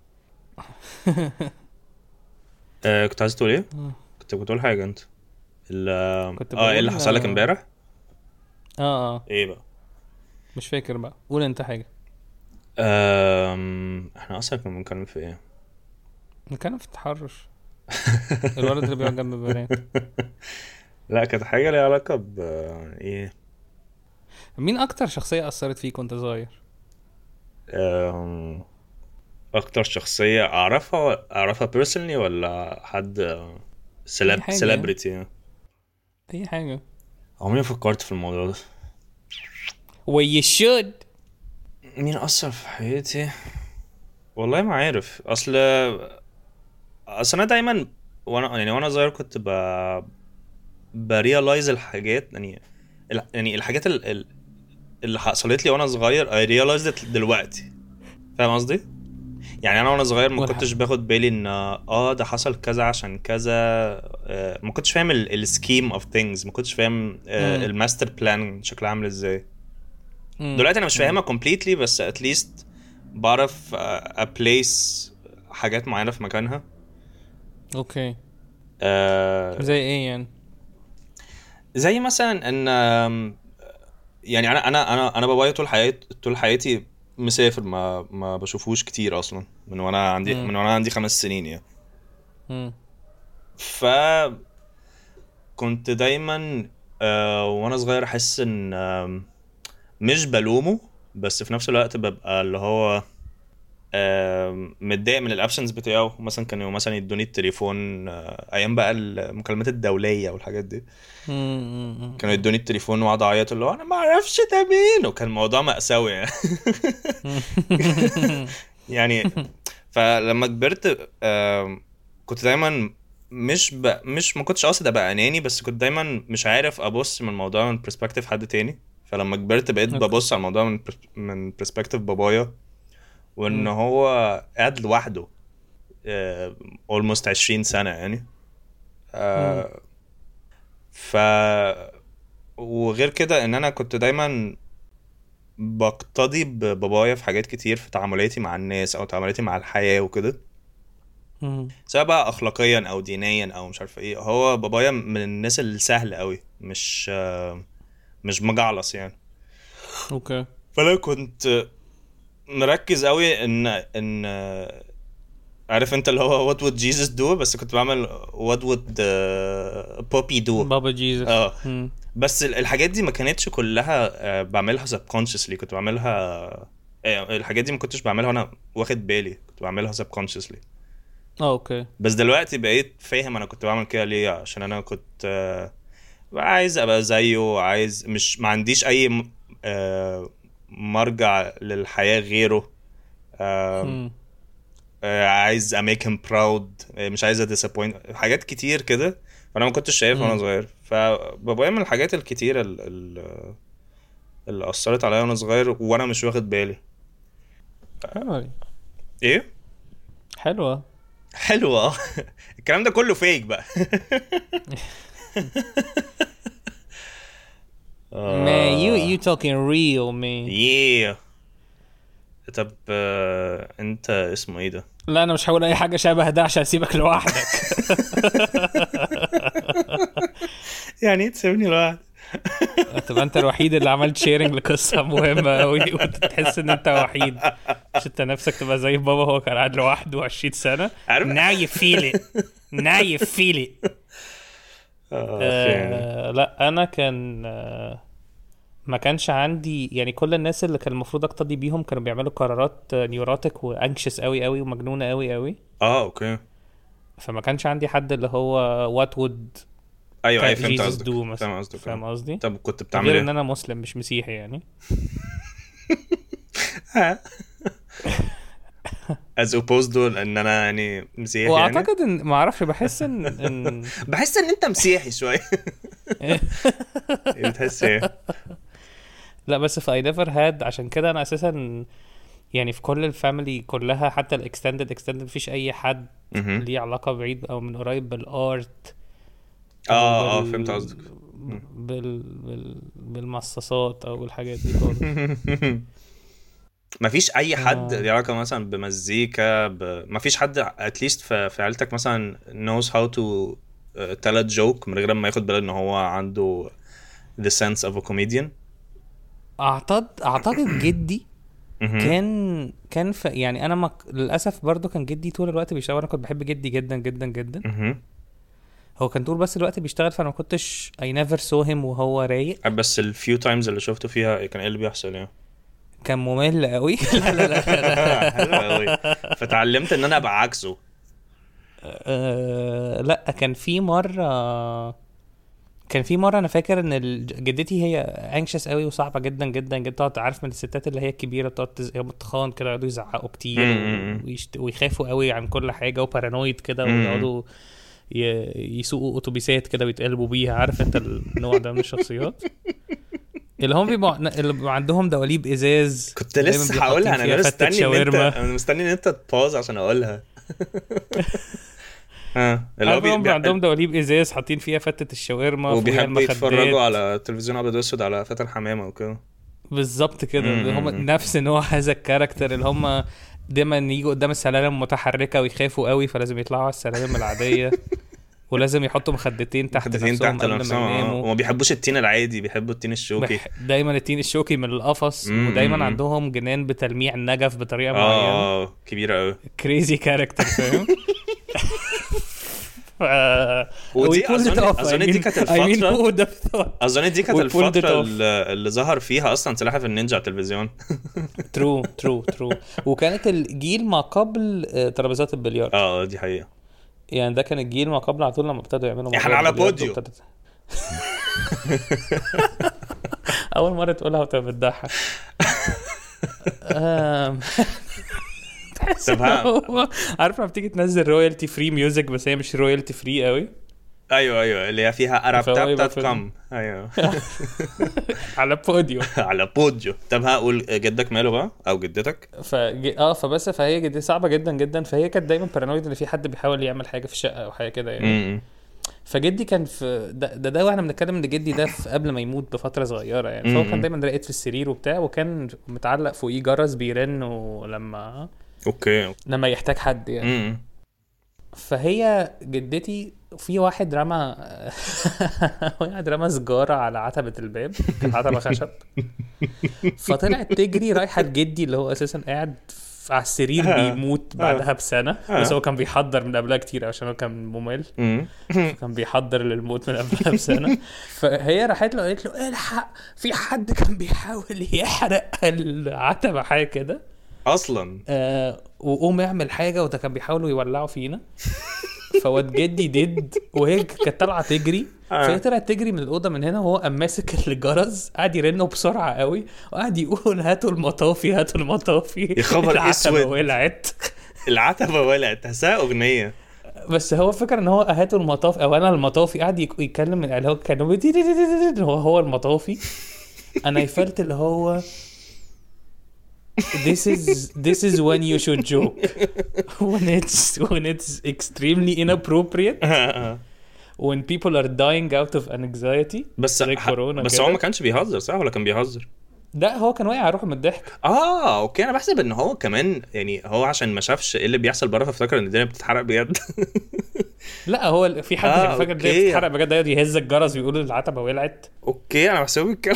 آه كنت عايز تقول ايه؟ كنت بتقول حاجه انت. ال- كنت اه ايه اللي بقول حصل لك اه امبارح؟ اه ايه بقى؟ مش فاكر بقى، قول انت حاجة. أم... احنا اصلا كنا بنتكلم في ايه؟ كان في التحرش، الولد اللي بيقعد جنب البنات. لا كانت حاجه ليها علاقه ب ايه. مين اكتر شخصية اثرت فيك وانت صغير؟ أم... اكتر شخصيه اعرفها اعرفها بيرسونلي ولا حد اي سيلب حاجة يعني. سيلبرتي؟ اي حاجة. عمري ما فكرت في الموضوع ده. well you should. مين اثر في حياتي؟ والله ما عارف. اصل اصل انا دايما وانا يعني وانا صغير كنت ب بريالايز الحاجات يعني ال... يعني الحاجات ال... ال- اللي حصلت لي وانا صغير I realized it دلوقتي. فاهم قصدي؟ يعني انا وانا صغير ما والح... كنتش باخد بالي ان اه ده حصل كذا عشان كذا. آه ما كنتش فاهم السكيم اوف ثينجز، ما كنتش فاهم آه مم. الماستر بلان شكلها عامل ازاي. مم. دلوقتي انا مش مم. فاهمها completely بس at least بعرف آه place حاجات معينة في مكانها. اوكي. آه زي ايه يعني؟ زي مثلا ان آم، يعني انا انا انا انا بابايا طول حياتي طول حياتي مسافر، ما ما بشوفوش كتير اصلا من وانا عندي مم. من وانا عندي خمس سنين يعني. مم. فكنت دايما آه وانا صغير احس ان آم، مش بلومه بس في نفس الوقت ببقى اللي هو آم، متضايق من الابشنز بتاعه. مثلا كانوا مثلا يدوني التليفون، آه، ايام بقى المكالمات الدوليه والحاجات دي، كانوا يدوني التليفون واقعد اعيط اللي هو انا ما اعرفش ده مين، وكان الموضوع مأساوي يعني. يعني فلما كبرت آم، كنت دايما مش ب... مش ما كنتش قاصد ابقى اناني، بس كنت دايما مش عارف ابص من الموضوع من برسبكتيف حد تاني. فلما كبرت بقيت اوكي. ببص على الموضوع من برس- من برسبكتيف بابايا، وان مم. هو قاعد لوحده آه، almost عشرين سنة يعني. مم. آه، ف وغير كده ان انا كنت دايما بقتدي ببابايا في حاجات كتير في تعاملاتي مع الناس او تعاملاتي مع الحياة وكده، مم. سواء بقى اخلاقيا او دينيا او مش عارف ايه. هو بابايا من الناس السهل قوي، مش آه، مش مجعلص يعني. اوكي. فانا كنت مركز قوي ان ان آه، عارف انت اللي هو what would Jesus do، بس كنت بعمل what would uh, Poppy do. بابا جيزس. اه بس ال- الحاجات دي ما كانتش كلها آه، بعملها subconsciously، كنت بعملها آه، الحاجات دي ما كنتش بعملها وانا واخد بالي، كنت بعملها subconsciously. اه اوكي. بس دلوقتي بقيت فاهم انا كنت بعمل كده ليه، عشان انا كنت آه، عايز ابقى زيه، عايز مش ما عنديش اي م- آه، مرجع للحياة غيره. آه، مم. آه، عايز اميك him proud، آه، مش عايز disappoint، حاجات كتير كده. فانا ما كنتش شايف وانا مم. صغير. فبابايا من الحاجات الكتيرة ال- ال- اللي اثرت عليا وانا صغير وانا مش واخد بالي. حلوة دي. ايه حلوة. حلوة. الكلام ده كله فيك بقى. Man, you آه، you talking real man. yeah. طب آه، انت اسمه ايه ده؟ لا انا مش هقول اي حاجة شبه ده عشان اسيبك لوحدك. يعني ايه تسيبني لوحدي؟ تبقى انت الوحيد اللي عملت شيرنج لقصة مهمة قوي وتحس ان انت وحيد، مش انت نفسك تبقى زي بابا هو كان قاعد لوحده عشرين سنة. عارف Now you feel it. Now you feel it. اه فين آه لا انا كان آه ما كانش عندي يعني كل الناس اللي كان المفروض اقتدي بيهم كانوا بيعملوا قرارات نيوروتك وانكشس قوي قوي ومجنونة قوي قوي. اه اوكي. فما كانش عندي حد اللي هو what would ايوه ايوه فهمت جيسس قصدك، دو مثلا. فاهم قصدك. فاهم آه. قصدي؟ طب كنت بتعمل غير ان ايه؟ انا مسلم مش مسيحي يعني. as opposed to ان انا يعني مسيحي يعني. واعتقد ان ما اعرفش بحس ان ان بحس ان انت مسيحي شويه. إيه بتحس ايه؟ لا بس في I never had، عشان كده انا اساسا يعني في كل الفاميلي كلها حتى الاكستندد اكستندد مفيش اي حد مهم. ليه علاقة بعيد او من قريب بالارت او اه اه بال فهمت قصدك. بال... بال... بالمصاصات او الحاجات دي خالص. مفيش اي حد آه. ليه علاقه مثلا بمزيكا ب... مفيش حد اتليست في... في عيلتك مثلا knows how to uh, tell a joke من غير ما ياخد باله ان هو عنده the sense of a comedian. اعتقد اعتقد جدي مهم. كان كان في يعني انا مك... للاسف برضو كان جدي طول الوقت بيشتغل. انا كنت بحب جدي جدا جدا جدا. مهم. هو كان طول بس الوقت بيشتغل فانا ما كنتش I never saw him وهو رايق. بس الفيو تايمز اللي شفته فيها كان ايه اللي بيحصل يعني؟ كان ممل قوي. لا لا لا لا. حلو قوي. فتعلمت ان انا ابقى عكسه. أه لا كان في مرة كان في مرة انا فاكر ان ال- جدتي هي انكشس قوي وصعبة جدا جدا جدا. تقعد عارف من الستات اللي هي الكبيرة بتقعد تز... هي متخان كده يقعدوا يزعقوا كتير مم. ويشت... ويخافوا قوي عن كل حاجة وبارانويد كده مم. ويقعدوا ي... يسوقوا اتوبيسات كده ويتقلبوا بيها. عارف انت النوع ده من الشخصيات اللي هم بيبقوا اللي بيبقوا عندهم دواليب ازاز. كنت دايماً لسه بيبقوا هقولها، حاطين انا فيها فتة مستني ان انت شاورما. انا مستني ان انت تباوز عشان اقولها. ها اللي هو عارف هم بي... عندهم دواليب ازاز حاطين فيها فتة الشاورما فوقيها وبيحبوا يتفرجوا المخدات. على تلفزيون ابيض واسود على فاتن حمامه وكده. بالظبط كده. مم. هم نفس نوع هذا الكاركتر اللي هم دايما يجوا قدام السلالم المتحركة ويخافوا قوي فلازم يطلعوا على السلالم العادية ولازم يحطوا مخدتين تحت مخدتين نفسهم تحت قبل ما نفسهم. آه. يناموا. وما بيحبوش التين العادي، بيحبوا التين الشوكي. بح... دايما التين الشوكي من القفص. مم. ودايما مم. عندهم جنان بتلميع النجف بطريقة معينة. اه اه كبيره قوي. كريزي كاركتر فاهم. ودي اظن اظن دي كانت الفتره اظن دي كانت الفتره اللي ظهر فيها اصلا سلاحف النينجا على التلفزيون. ترو ترو ترو وكانت الجيل ما قبل ترابيزات البلياردو. اه دي حقيقه يعني ده كان الجيل ما قبل على طول لما ابتدوا يعملوا احنا على بوديو. اول مره تقولها وتبقى بتضحك. عارف لما بتيجي تنزل رويالتي فري ميوزك بس هي مش رويالتي فري قوي. ايوه ايوه اللي هي فيها اراب تاب كم. ايوه على بوديو. على بوديو. طب هقول جدك ماله بقى او جدتك؟ ف اه فبس فهي جدي صعبه جدا جدا. فهي كانت دايما بارانويد ان في حد بيحاول يعمل حاجه في الشقه او حاجه كده يعني. فجدي كان في ده ده, ده واحنا بنتكلم ان جدي ده في قبل ما يموت بفتره صغيره يعني. فهو كان دايما راقد في السرير وبتاع وكان متعلق فوقيه جرس بيرن ولما اوكي لما يحتاج حد يعني. امم فهي جدتي في واحد رمى واحد رمى سجاره على عتبه الباب. كانت عتبه خشب. فطلعت تجري رايحه لجدي اللي هو اساسا قاعد على السرير بيموت بعدها بسنه. بس هو كان بيحضر من قبلها كتير عشان هو كان ممل. كان بيحضر للموت من قبلها بسنه. فهي راحت له قالت له الحق في حد كان بيحاول يحرق العتبه حاجه كده اصلا. آه وقوم يعمل حاجه وده كان بيحاولوا يولعوا فينا. فواد جدي ديد وهي كانت طالعه تجري. فهي طلعت تجري من الاوضه من هنا وهو قام ماسك الجرس قاعد يرنه بسرعه قوي وقعد يقول هاتوا المطافي هاتوا المطافي. يا خبر اسود ولعت العتبه ولعت. تحسها اغنيه. بس هو فكر ان هو هاتوا المطافي او انا المطافي. قاعد يتكلم من اللي هو كان هو هو المطافي. انا يفلت اللي هو this is this is when you should joke when it's when it's extremely inappropriate when people are dying out of anxiety بس ح... بس كده. هو ما كانش بيهزر صح ولا كان بيهزر؟ لا هو كان واقع على روحه من الضحك. اه اوكي انا بحسب ان هو كمان يعني هو عشان ما شافش ايه اللي بيحصل بره فافتكر ان الدنيا بتتحرق بجد. لا هو في حد آه فاكر الدنيا بتتحرق بجد يقعد يهز الجرس ويقول العتبه ولعت. اوكي انا بحسبه بيتكلم.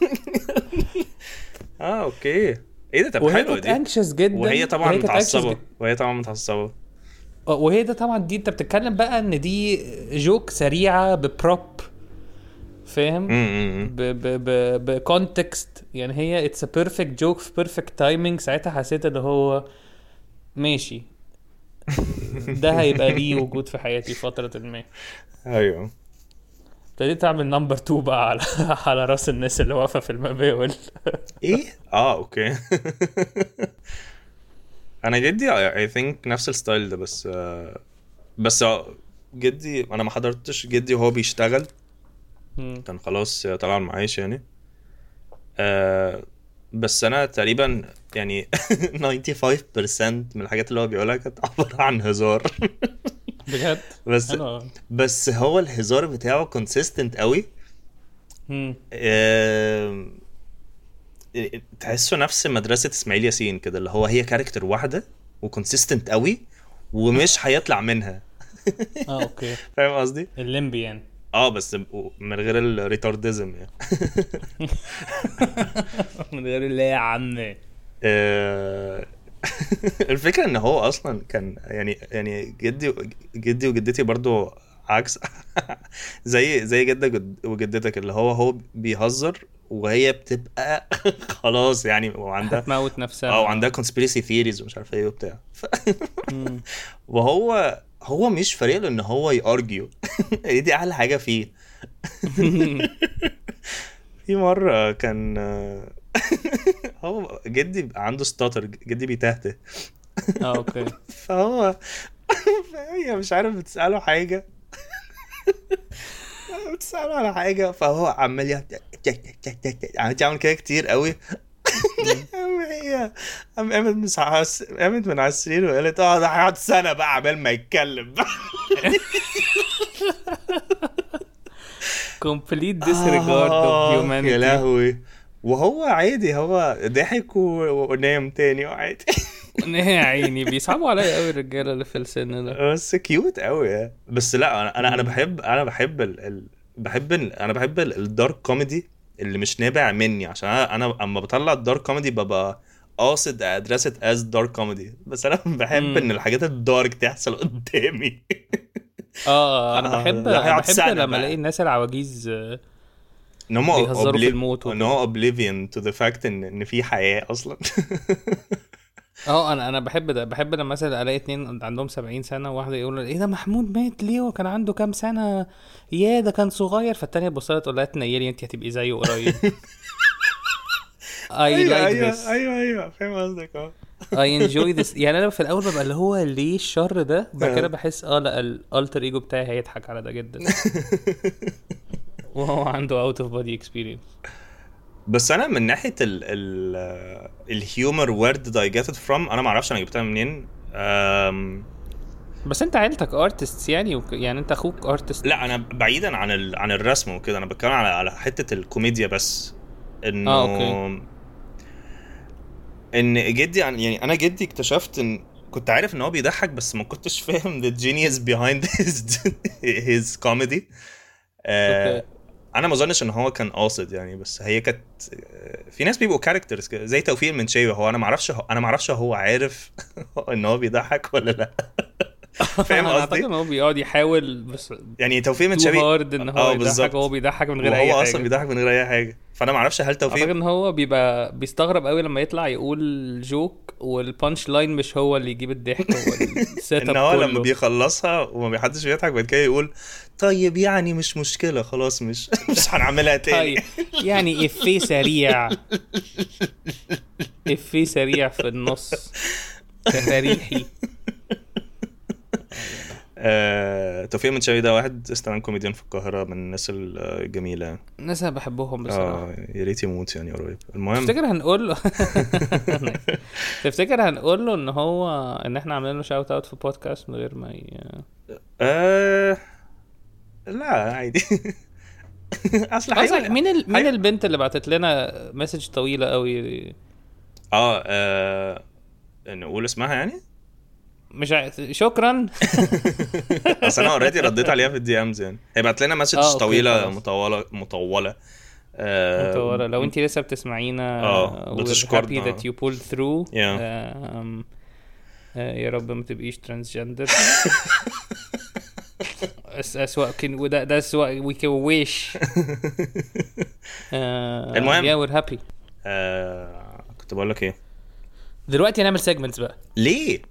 اه اوكي ايه ده. طب حلو دي جدا. وهي طبعا متعصبه وهي طبعا متعصبه وهي ده طبعا دي انت بتتكلم بقى ان دي جوك سريعه ببروب فاهم بكونتكست يعني. هي اتس ا بيرفكت جوك في بيرفكت تايمينج. ساعتها حسيت اللي هو ماشي ده هيبقى ليه وجود في حياتي فتره ما. ايوه ابتديت اعمل نمبر اتنين بقى على على راس الناس اللي واقفه في المباول. ايه اه اوكي. انا جدي اي ثينك نفس الستايل ده بس بس جدي انا ما حضرتش جدي وهو بيشتغل. كان خلاص طلع المعاش يعني. أه بس انا تقريبا يعني خمسة وتسعين بالمية من الحاجات اللي هو بيقولها كانت عباره عن هزار. بجد بس أنا... بس هو الهزار بتاعه كونسيستنت قوي. أه... تحسه نفس مدرسه اسماعيل ياسين كده اللي هو هي كاركتر واحده وكونسيستنت قوي ومش هيطلع منها. اه اوكي فاهم قصدي الليمبي يعني. اه بس من غير الريتارديزم يعني. من غير اللي يا عم. الفكره ان هو اصلا كان يعني يعني جدي جدي وجدتي برضو عكس. زي زي جدك وجدتك اللي هو هو بيهزر وهي بتبقى خلاص يعني وعندها هتموت نفسها اه وعندها conspiracy theories ومش عارف ايه وبتاع. وهو هو مش فارق له ان هو يارجيو. دي احلى حاجه فيه. في مره كان هو جدي عنده ستاتر. جدي بيتهته. اه اوكي. فهو هي مش عارف بتساله حاجه بتساله على حاجه فهو عمال يعمل كده كتير قوي. هي قام قامت من قامت من على السرير وقالت اه ده هيقعد سنه بقى عبال ما يتكلم. complete disregard of humanity. يا لهوي. وهو عادي هو ضحك ونام تاني وعادي. يا عيني بيصعبوا عليا قوي الرجاله اللي في السن ده. بس كيوت قوي. بس لا انا انا انا بحب انا بحب ال... ال... بحب ال... انا بحب الدارك كوميدي اللي مش نابع مني عشان انا انا اما بطلع الدارك كوميدي ببقى قاصد ادرست از دارك كوميدي. بس انا بحب مم. ان الحاجات الدارك تحصل قدامي. اه انا آه، بحب ده هيقعد بحب سنة لما بقى. الاقي الناس العواجيز آه، ان هم بيهزروا في obli- الموت ان وكده. هو oblivion to the fact ان ان في حياة اصلا. اه انا انا بحب ده، بحب لما مثلا الاقي اتنين عندهم سبعين سنه، وواحده يقول ايه ده محمود مات ليه وكان عنده كام سنه، يا ده كان صغير، فالتانيه تبص لها تقول لها تنيلي انت هتبقي زيه قريب. I ايوه like ايوه this. ايوه ايوه فاهم قصدك اه. I enjoy this. يعني انا في الاول ببقى اللي هو ليه الشر ده، بعد كده آه. بحس اه لا الالتر ايجو بتاعي هيضحك على ده جدا، وهو عنده out of body experience. بس انا من ناحيه ال ال الهيومر وورد دي جيت فروم انا ما اعرفش انا جبتها منين. أم... بس انت عيلتك ارتستس يعني وك... يعني انت اخوك ارتست. لا انا بعيدا عن ال... عن الرسم وكده، انا بتكلم على على حته الكوميديا بس. انه اه اوكي. ان جدي عن- يعني انا جدي اكتشفت ان كنت عارف ان هو بيضحك بس ما كنتش فاهم the genius behind his his comedy. اوكي. آه، انا ما اظنش ان هو كان قاصد يعني، بس هي كانت آه، في ناس بيبقوا كاركترز كده زي توفيق المنشاوي. هو انا ما اعرفش انا ما اعرفش هو عارف ان هو بيضحك ولا لا. فاهم انا اعتقد قصدي؟ ان هو بيقعد يحاول بس يعني توفيق تو المنشاوي هارد ان هو اه يضحك، وهو بالظبط، بيضحك من غير اي وهو اصلا حاجه. بيضحك من غير اي حاجه. فانا ما اعرفش هل اعتقد توفيق ان هو بيبقى بيستغرب قوي لما يطلع يقول جوك والبانش لاين مش هو اللي يجيب الضحك، هو السيت ان اب هو لما كله. بيخلصها وما حدش بيضحك بعد كده يقول طيب يعني مش مشكله خلاص مش مش هنعملها تاني. هاي يعني افيه سريع، افيه سريع في النص تفاريحي. آه، توفيق منشاوي ده واحد ستاند كوميديان في القاهره من الناس الجميله. الناس انا بحبهم بصراحه. اه يا ريت يموت يعني قريب. المهم تفتكر هنقول له تفتكر هنقول له ان هو ان احنا عاملين له شاوت اوت في بودكاست من غير ما ي... آه لا عادي. اصل اه صح، هيقول مين ال... مين هي... البنت اللي بعتت لنا مسج طويله قوي؟ اه, آه... نقول اسمها يعني. مش عارف، شكرا. اصل انا اوريدي رديت عليها في الدي امز يعني. هي بعت لنا اه مسج اوكي طويله خلاص. مطوله مطوله آه... متورة لو انت لسه بتسمعينا. اه we're happy بتشكرنا that you pulled through. yeah. um, آه، يا رب ما تبقيش ترانسجندر. أس أسوأ كن وده ده أسوأ we can wish. آه، المهم yeah we're happy. آه... كنت بقول لك ايه دلوقتي نعمل segments بقى. ليه.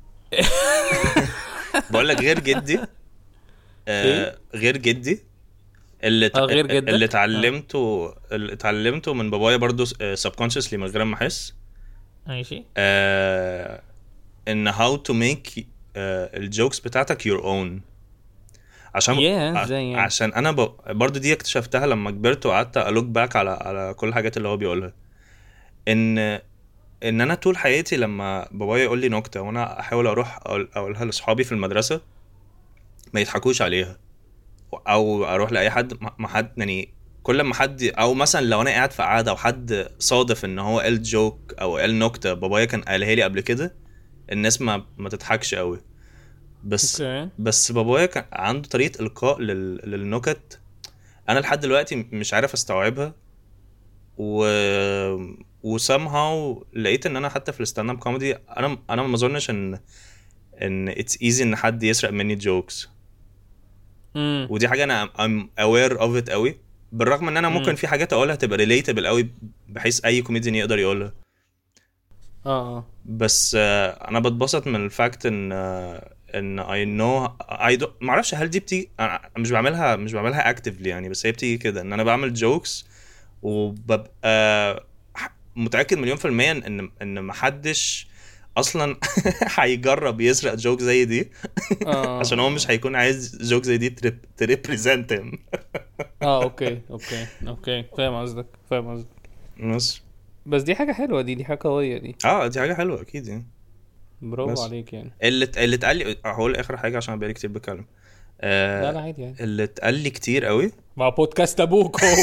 بقول لك غير جدي آه... غير جدي اللي ت... اه غير جدك. اللي آه. اتعلمته اللي اتعلمته من بابايا برضو subconsciously من غير ما احس. ماشي. آه... ان how to make آه... الجوكس بتاعتك your own. عشان Yeah ع- زي يعني. عشان انا ب... برضو دي اكتشفتها لما كبرت وقعدت الوك باك على على كل الحاجات اللي هو بيقولها. ان ان انا طول حياتي لما بابايا يقول لي نكته وانا احاول اروح أقول... اقولها لاصحابي في المدرسه ما يضحكوش عليها، او اروح لاي حد ما ما حد يعني كل ما حد او مثلا لو انا قاعد في قعده وحد صادف ان هو قال جوك او قال نكته بابايا كان قالها لي قبل كده، الناس ما ما تضحكش قوي. بس اوكي. بس بابايا كان عنده طريقه القاء لل... للنكت انا لحد دلوقتي مش عارف استوعبها. و وسامهاو لقيت ان انا حتى في الستاند اب كوميدي انا انا ما اظنش ان ان اتس ايزي ان حد يسرق مني جوكس. امم ودي حاجه انا I'm aware of it قوي، بالرغم ان انا ممكن مم. في حاجات اقولها تبقى relatable قوي بحيث اي كوميديان يقدر يقولها. اه اه بس آه، انا بتبسط من الفاكت ان آه، ان I know I don't ما اعرفش هل دي بتيجي. انا مش بعملها مش بعملها actively يعني، بس هي بتيجي كده ان انا بعمل جوكس وببقى متاكد مليون في الميه ان ان محدش اصلا هيجرب يسرق جوك زي دي. اه عشان هو مش هيكون عايز جوك زي دي تريبريزنت هيم. اه اوكي اوكي اوكي فاهم قصدك فاهم قصدك. بس بس دي حاجة حلوة، دي دي حاجة قوية دي. اه دي حاجه حلوه اكيد يعني. برافو بس عليك يعني. اللي اللي اتقال لي هقول اخر حاجه عشان بقالي كتير بتكلم. آه لا لا عادي يعني. اللي اتقال لي كتير قوي مع بودكاست ابوك هو.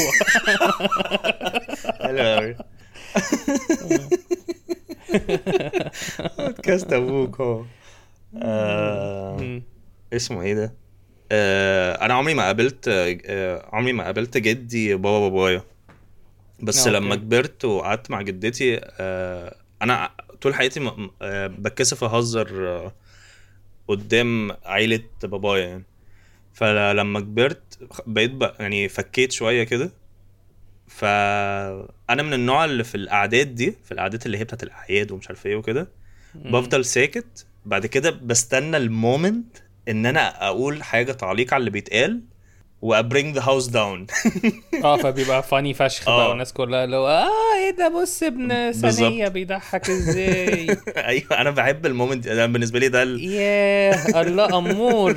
حلو قوي. بودكاست ابوك هو آه مم. اسمه ايه ده. آه انا عمري ما قابلت آه عمري ما قابلت جدي بابا بابايا. بس آه، لما أوكي. كبرت وقعدت مع جدتي آه انا طول حياتي م- آه بتكسف اهزر آه قدام عيلة بابايا يعني. فلما كبرت بقيت بقى يعني فكيت شويه كده. فانا من النوع اللي في القعدات دي، في القعدات اللي هي بتاعت الاعياد ومش عارف ايه وكده، مم. بفضل ساكت. بعد كده بستنى المومنت ان انا اقول حاجه تعليق على اللي بيتقال وابرينج ذا هاوس داون. اه فبيبقى فاني فشخ بقى، اه والناس كلها اللي هو اه ايه ده، بص ابن ثانية بالظبط. بيضحك ازاي. ايوه انا بحب المومنت ده، بالنسبه لي ده ال... ياه الله امور،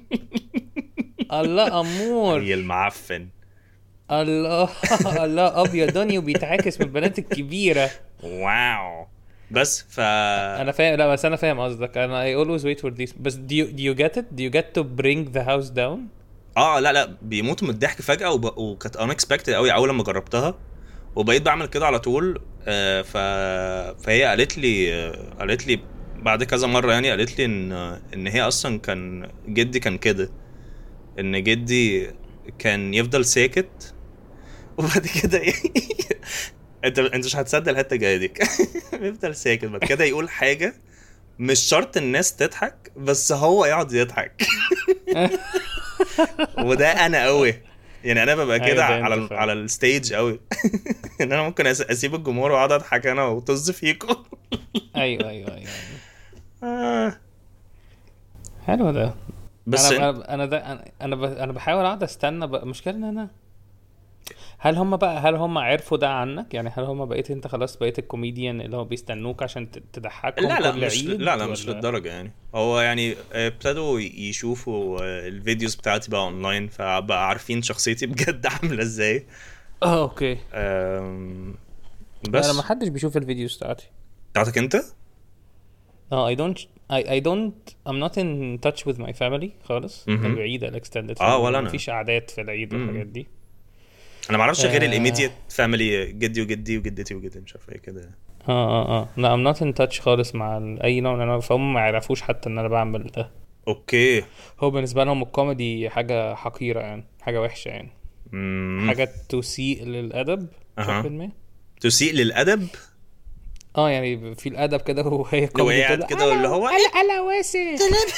الله امور، اي المعفن. الله الله ابيضاني وبيتعاكس من البنات الكبيره. واو. بس ف انا فاهم، لا بس انا فاهم قصدك. انا I always wait for this. بس do you, do you get it do you get to bring the house down؟ اه لا لا بيموتوا من الضحك فجاه، وب... وكانت unexpected قوي اول لما جربتها، وبقيت بعمل كده على طول. آه ف... فهي قالت لي آه قالت لي بعد كذا مره، يعني قالت لي ان ان هي اصلا كان جدي كان كده، ان جدي كان يفضل ساكت وبعد كده ي- انت انت مش هتصدق الحته الجايه دي. يفضل ساكت بعد كده يقول حاجه مش شرط الناس تضحك، بس هو يقعد يضحك. وده انا قوي، يعني انا ببقى ايوه كده ده انت على فعلا. على الستيج قوي. ان انا ممكن أس- اسيب الجمهور واقعد اضحك انا وطز فيكم. ايوه ايوه ايوه أيوة. آه. حلو ده. بس انا انت انا انا ده انا انا, ب... انا بحاول اقعد استنى بقى. المشكله ان انا، هل هم بقى هل هم عرفوا ده عنك؟ يعني هل هم بقيت انت خلاص بقيت الكوميديان اللي هو بيستنوك عشان ت- تضحكهم لا لا كل مش لا عيد لا مش ولا؟ للدرجة يعني. هو يعني آه، ابتدوا يشوفوا آه، الفيديوز بتاعتي بقى اونلاين، فبقى عارفين شخصيتي بجد عاملة ازاي. اه اوكي. آم، لا انا ما بس حدش بيشوف الفيديوز بتاعتي. بتاعتك انت. اه I don't I I don't I'm not in touch with my family خالص. اها. البعيدة ال extended family اه ولا ما انا. فيش قعدات في العيد والحاجات مم. دي. انا ما اعرفش غير آه, الايميديت فاميلي، جدي وجدي وجدتي وجدي مش عارف ايه كده. اه اه اه لا I'm not in touch خالص مع ال- اي نوع من انواع، فهم ما يعرفوش حتى ان انا بعمل ده. اوكي. هو بالنسبة لهم الكوميدي حاجة حقيرة يعني، حاجة وحشة يعني، امم. حاجة تسيء للأدب اها. بشكل ما. تسيء للادب. اه يعني في الأدب كده وهي لو كوميدي بتقول قاعد له كده اللي ألا هو ألا ألا واسع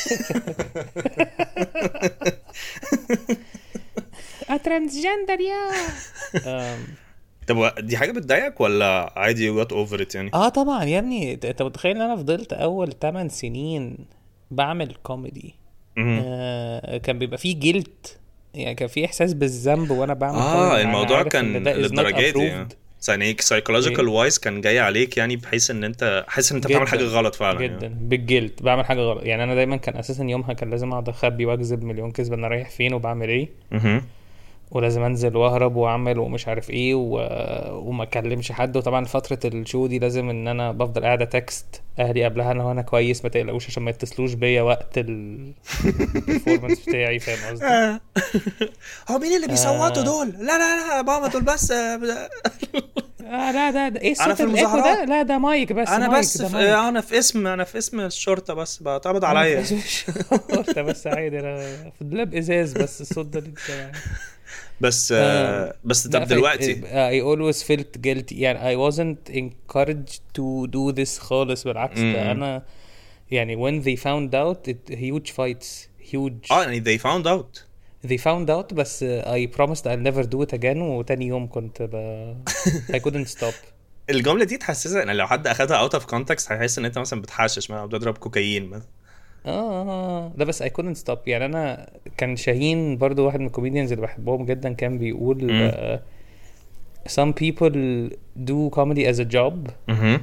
اترانسجندر يا. آم، طب دي حاجة بتضايقك ولا عادي you got over it يعني؟ اه طبعا يا ابني، ت- انت متخيل ان انا فضلت اول ثماني سنين بعمل كوميدي؟ مهم. آه كان بيبقى فيه جلد، يعني كان في احساس بالذنب وانا بعمل كوميدي اه مع اني الموضوع عارف ان كان ده is not للدرجة دي يعني. approved. يعني psychological ايه wise كان جاي عليك يعني، بحيث ان انت حاسس ان انت بتعمل حاجة جدا غلط فعلا يعني. جدا بالجلد بعمل حاجه غلط. يعني انا دايما كان اساسا يومها كان لازم اقعد اخبي واكذب مليون كذبه انا رايح فين وبعمل ايه، اها. ولازم انزل واهرب واعمل ومش عارف ايه و... وما اكلمش حد. وطبعا فتره الشو دي لازم ان انا بفضل قاعده تكست اهلي قبلها ان هو انا كويس ما تقلقوش عشان ما يتصلوش بيا وقت ال... البرفورمانس بتاعي. فاهم قصدي؟ آه. هو مين اللي بيصوتوا آه... دول؟ لا لا لا ماما دول بس آه، آه لا ده, ده ايه انا الصوت في الايكو ده؟ المظاهرات. لا ده مايك بس، انا مايك بس ده في مايك. انا في اسم انا في اسم الشرطة بس بتقبض انا في عليا. اسم قلت بس عادي انا في دولاب ازاز بس الصوت ده اللي سامعني. بس آم، آه، بس لا طب ف دلوقتي. I always felt guilty يعني. I wasn't encouraged to do this خالص، بالعكس ده امم. انا يعني when they found out it huge fights اه huge. يعني they found out. they found out بس I promised I'll never do it again. وتاني يوم كنت ب... I couldn't stop. الجملة دي تحسسها ان لو حد اخدها out of context هيحس ان انت مثلا بتحشش مثلا او بتضرب كوكايين مثلا. اه آه، آه. ده بس I couldn't stop. يعني انا كان شاهين برضو واحد من الكوميديانز اللي بحبهم جدا كان بيقول امم. uh, some people do comedy as a job. اها.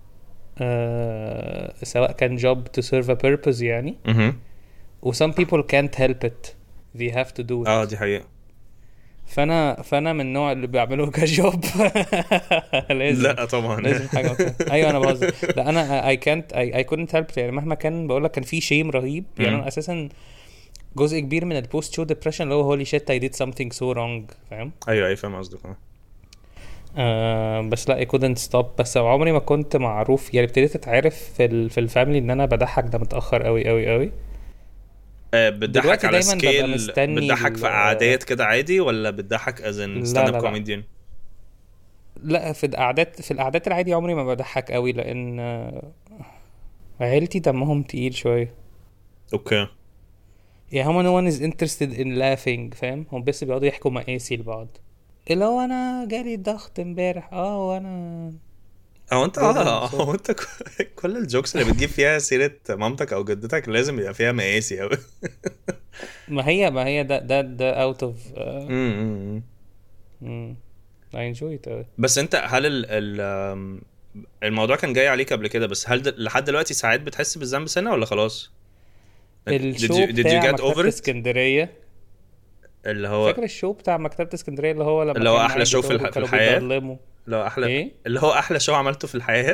uh, سواء كان job to serve a purpose يعني، اها. و some people can't help it they have to do اه it. دي حقيقة. فانا فانا من النوع اللي بيعمله كجوب. لازم لا طبعا. لازم حاجه مكان. ايوه انا بهزر. لا انا I can't I, I couldn't help it يعني. مهما كان بقول لك كان في شيم رهيب يعني. مم. انا اساسا جزء كبير من البوست شو ديبريشن اللي هو holy shit I did something so wrong. فاهم؟ ايوه ايوه فاهم قصدك. اه آه بس لا I couldn't stop. بس عمري ما كنت معروف يعني. ابتديت اتعرف في ال في الفاميلي ان انا بضحك ده متاخر قوي قوي قوي. آه، بتضحك دلوقتي على دايما ببقى سكيل، مستني بتضحك في ال- قعدات كده عادي ولا بتضحك as in لا stand up لا لا comedian؟ لا في القعدات في القعدات العادي عمري ما بضحك قوي لان آه، عيلتي دمهم تقيل شويه. اوكي. يا هما no one is interested in laughing فاهم، هم بس بيقعدوا يحكوا مقاسي لبعض، اللي هو انا جالي ضغط امبارح اه وانا هو انت برضه اه الصبح. هو انت ك- كل الجوكس اللي بتجيب فيها سيرة مامتك او جدتك لازم يبقى فيها مقاسي اوي. ما هي ما هي ده ده ده out of uh, امم mm, I enjoy it أوي. بس انت هل ال ال آم، الموضوع كان جاي عليك قبل كده، بس هل د- لحد دلوقتي ساعات بتحس بالذنب سنة ولا خلاص؟ Like, did الشو you did you بتاع get over مكتبة it؟ اسكندرية، اللي هو فاكر الشو بتاع مكتبة اسكندرية اللي هو لما اللي هو كان احلى معايا شو في جيتار الح... في وكانوا الحياة، بيضلموا اللي هو احلى ايه. اللي هو احلى شو عملته في الحياة.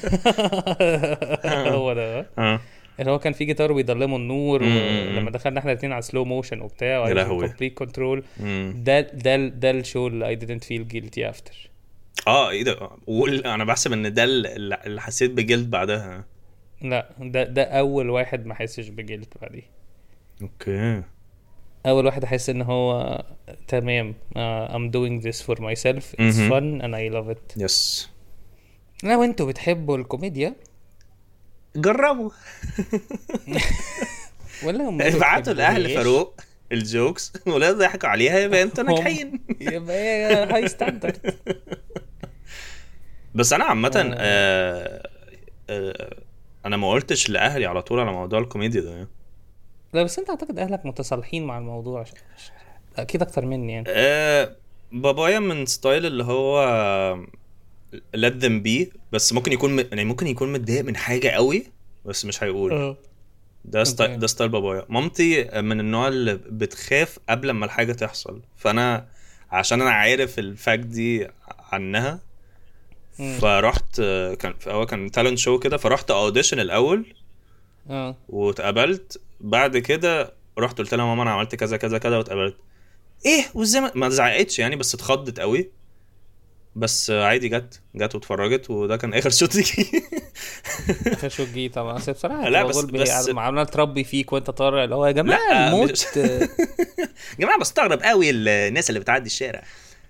هو ده اه اللي هو كان في جيتار وبيضلموا النور، ولما امم دخلنا احنا الاثنين على سلو موشن وبتاع يا واي واز ان لهوي. كومبليت كنترول. امم ده ده ده الشو اللي I didn't feel guilty after. اه ايه ده، وقول انا بحسب ان ده اللي اللي حسيت بجلد بعدها. لا ده ده اول واحد ما حسش بجلد بعديه، اوكي اول واحد احس ان هو تمام uh, I'm doing this for myself, it's مهم. fun and I love it. يس لو انتوا بتحبوا الكوميديا جربوا. ولا هم ابعتوا لاهل فاروق الجوكس ولا ضحكوا عليها يبقى انتوا هم- ناجحين. يبقى هي هاي ستاندرد. بس انا عامه آه آه انا ما قلتش لاهلي على طول على موضوع الكوميديا ده. لا بس انت اعتقد اهلك متصالحين مع الموضوع عشان اكيد اكتر مني يعني. آه بابايا من ستايل اللي هو let them be، بس ممكن يكون م... يعني ممكن يكون متضايق من حاجه قوي بس مش هيقول. اه ده ستايل اوكي. ده ستايل بابايا. مامتي من النوع اللي بتخاف قبل ما الحاجه تحصل، فانا عشان انا عارف الفاكت دي عنها مم. فرحت. كان هو كان تالنت شو كده، فرحت اوديشن الاول اه واتقبلت. بعد كده رحت قلت لها ماما انا عملت كذا كذا كذا واتقبلت. ايه وازاي ما- ما زعقتش يعني، بس اتخضت قوي. بس عادي جت جت واتفرجت، وده كان اخر شوت لي. اخر شو جي طبعا. بس بصراحه لا، لا بس- بس بس- بس عمال تربي فيك وانت طالع اللي هو يا جماعه لا، الموت. مش- يا جماعه بستغرب قوي الناس اللي بتعدي الشارع.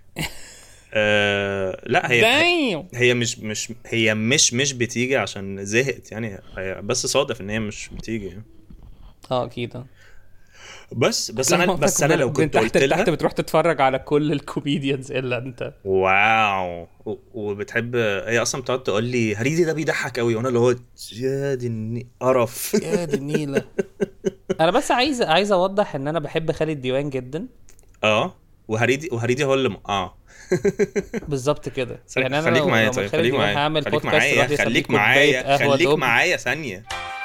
أه لا هي دايم هي مش مش هي مش مش بتيجي عشان زهقت يعني، هي بس صادف ان هي مش بتيجي يعني. اه اكيد اه. بس بس لا، انا مامتك بس انا من- لو من كنت تحت قلت لتحت لها بتروح تتفرج على كل الكوميديانز الا انت. واو و- وبتحب، هي اصلا بتقعد تقول لي هريدي ده بيضحك قوي، وانا اللي هو يا دي الني- قرف. يا دي النيله. انا بس عايز عايز اوضح ان انا بحب خالد ديوان جدا. اه وهريدي وهريدي هو اللي م... اه بالظبط كده خليك يعني. انا خليك لو معايا لو طيب من خالد خليك ديوان معايا هعمل خليك بودكاست معايا لوحدي خليك اسميه كوبايه معايا قهوه خليك دوب. معايا ثانية.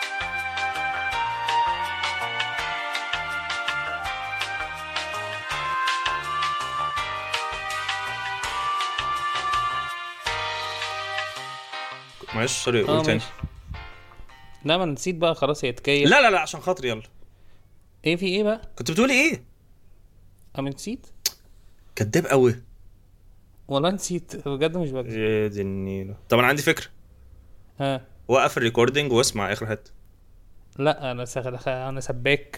معلش سوري اه قول تاني. ماشي. لا ما أنا نسيت بقى خلاص، هي تكيف. لا لا لا عشان خاطري يلا. ايه في ايه بقى؟ كنت بتقولي ايه؟ انا نسيت كداب قوي. والله نسيت بجد مش بكذب. يا دي النيلة. طب انا عندي فكرة، ها وقف الريكوردينج واسمع اخر حتة. لا انا سغل انا سباك.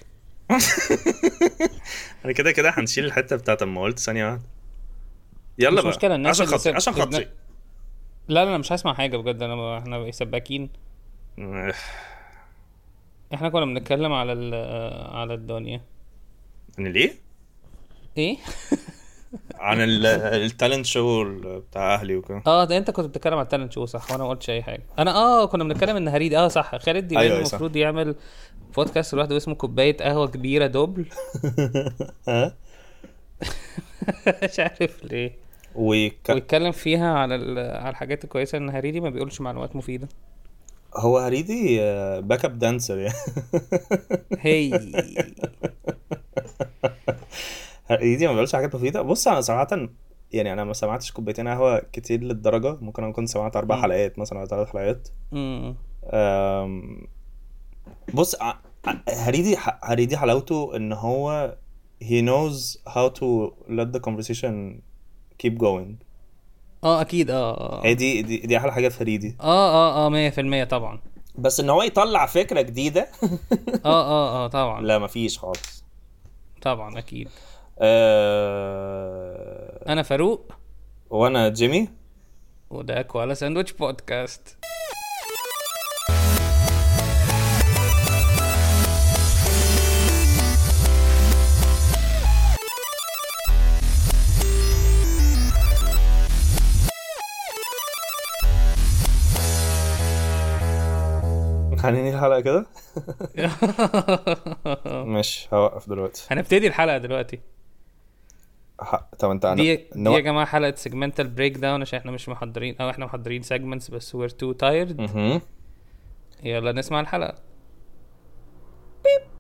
انا كده كده هنشيل الحتة بتاعت اما قلت ثانية واحدة. يلا مش بقى مشكلة، الناس عشان اللي خاطري سب- عشان خاطري. لا لا انا مش هسمع حاجه بجد. انا احنا سباكين. احنا كنا بنتكلم على ال- على الدنيا. عن الايه؟ ايه عن التالنت شو بتاع اهلي وكده. اه ده انت كنت بتتكلم على التالنت شو صح، وانا ما قلتش اي حاجه. انا اه كنا بنتكلم ان هريدي اه صح خالد ديوان أيوة، المفروض يعمل بودكاست لوحده اسمه كوبايه قهوه كبيره دوبل. ها مش عارف ليه. وك... ويتكلم فيها على ال- على الحاجات الكويسه، ان هريدي ما بيقولش معلومات مفيده. هو هريدي باك اب دانسر يعني. هي هريدي ما بيقولش حاجات مفيده. بص انا صراحه يعني انا ما سمعتش كوبايتين قهوه كتير للدرجه، ممكن اكون سمعت اربع مم. حلقات مثلا او ثلاث حلقات. امم أم، بص ع- ع- هريدي ح- هريدي حلاوته ان هو he knows how to let the conversation keep going. اه اكيد اه هي اه دي دي, دي احلى حاجه في هريدي. اه اه اه مية في المية طبعا. بس ان هو يطلع فكره جديده اه اه اه طبعا لا مفيش خالص. طبعا اكيد. أه... انا فاروق وانا جيمي. وده كوالا ساندويتش بودكاست. هننهي الحلقة كده. مش هوقف دلوقتي. هنبتدي الحلقه دلوقتي. ح... طب انت انا دي دي نو... يا جماعه حلقه سيجمنتال بريك داون عشان احنا مش محضرين، او احنا محضرين سيجمنتس بس we're too tired. مهم. يلا نسمع الحلقه.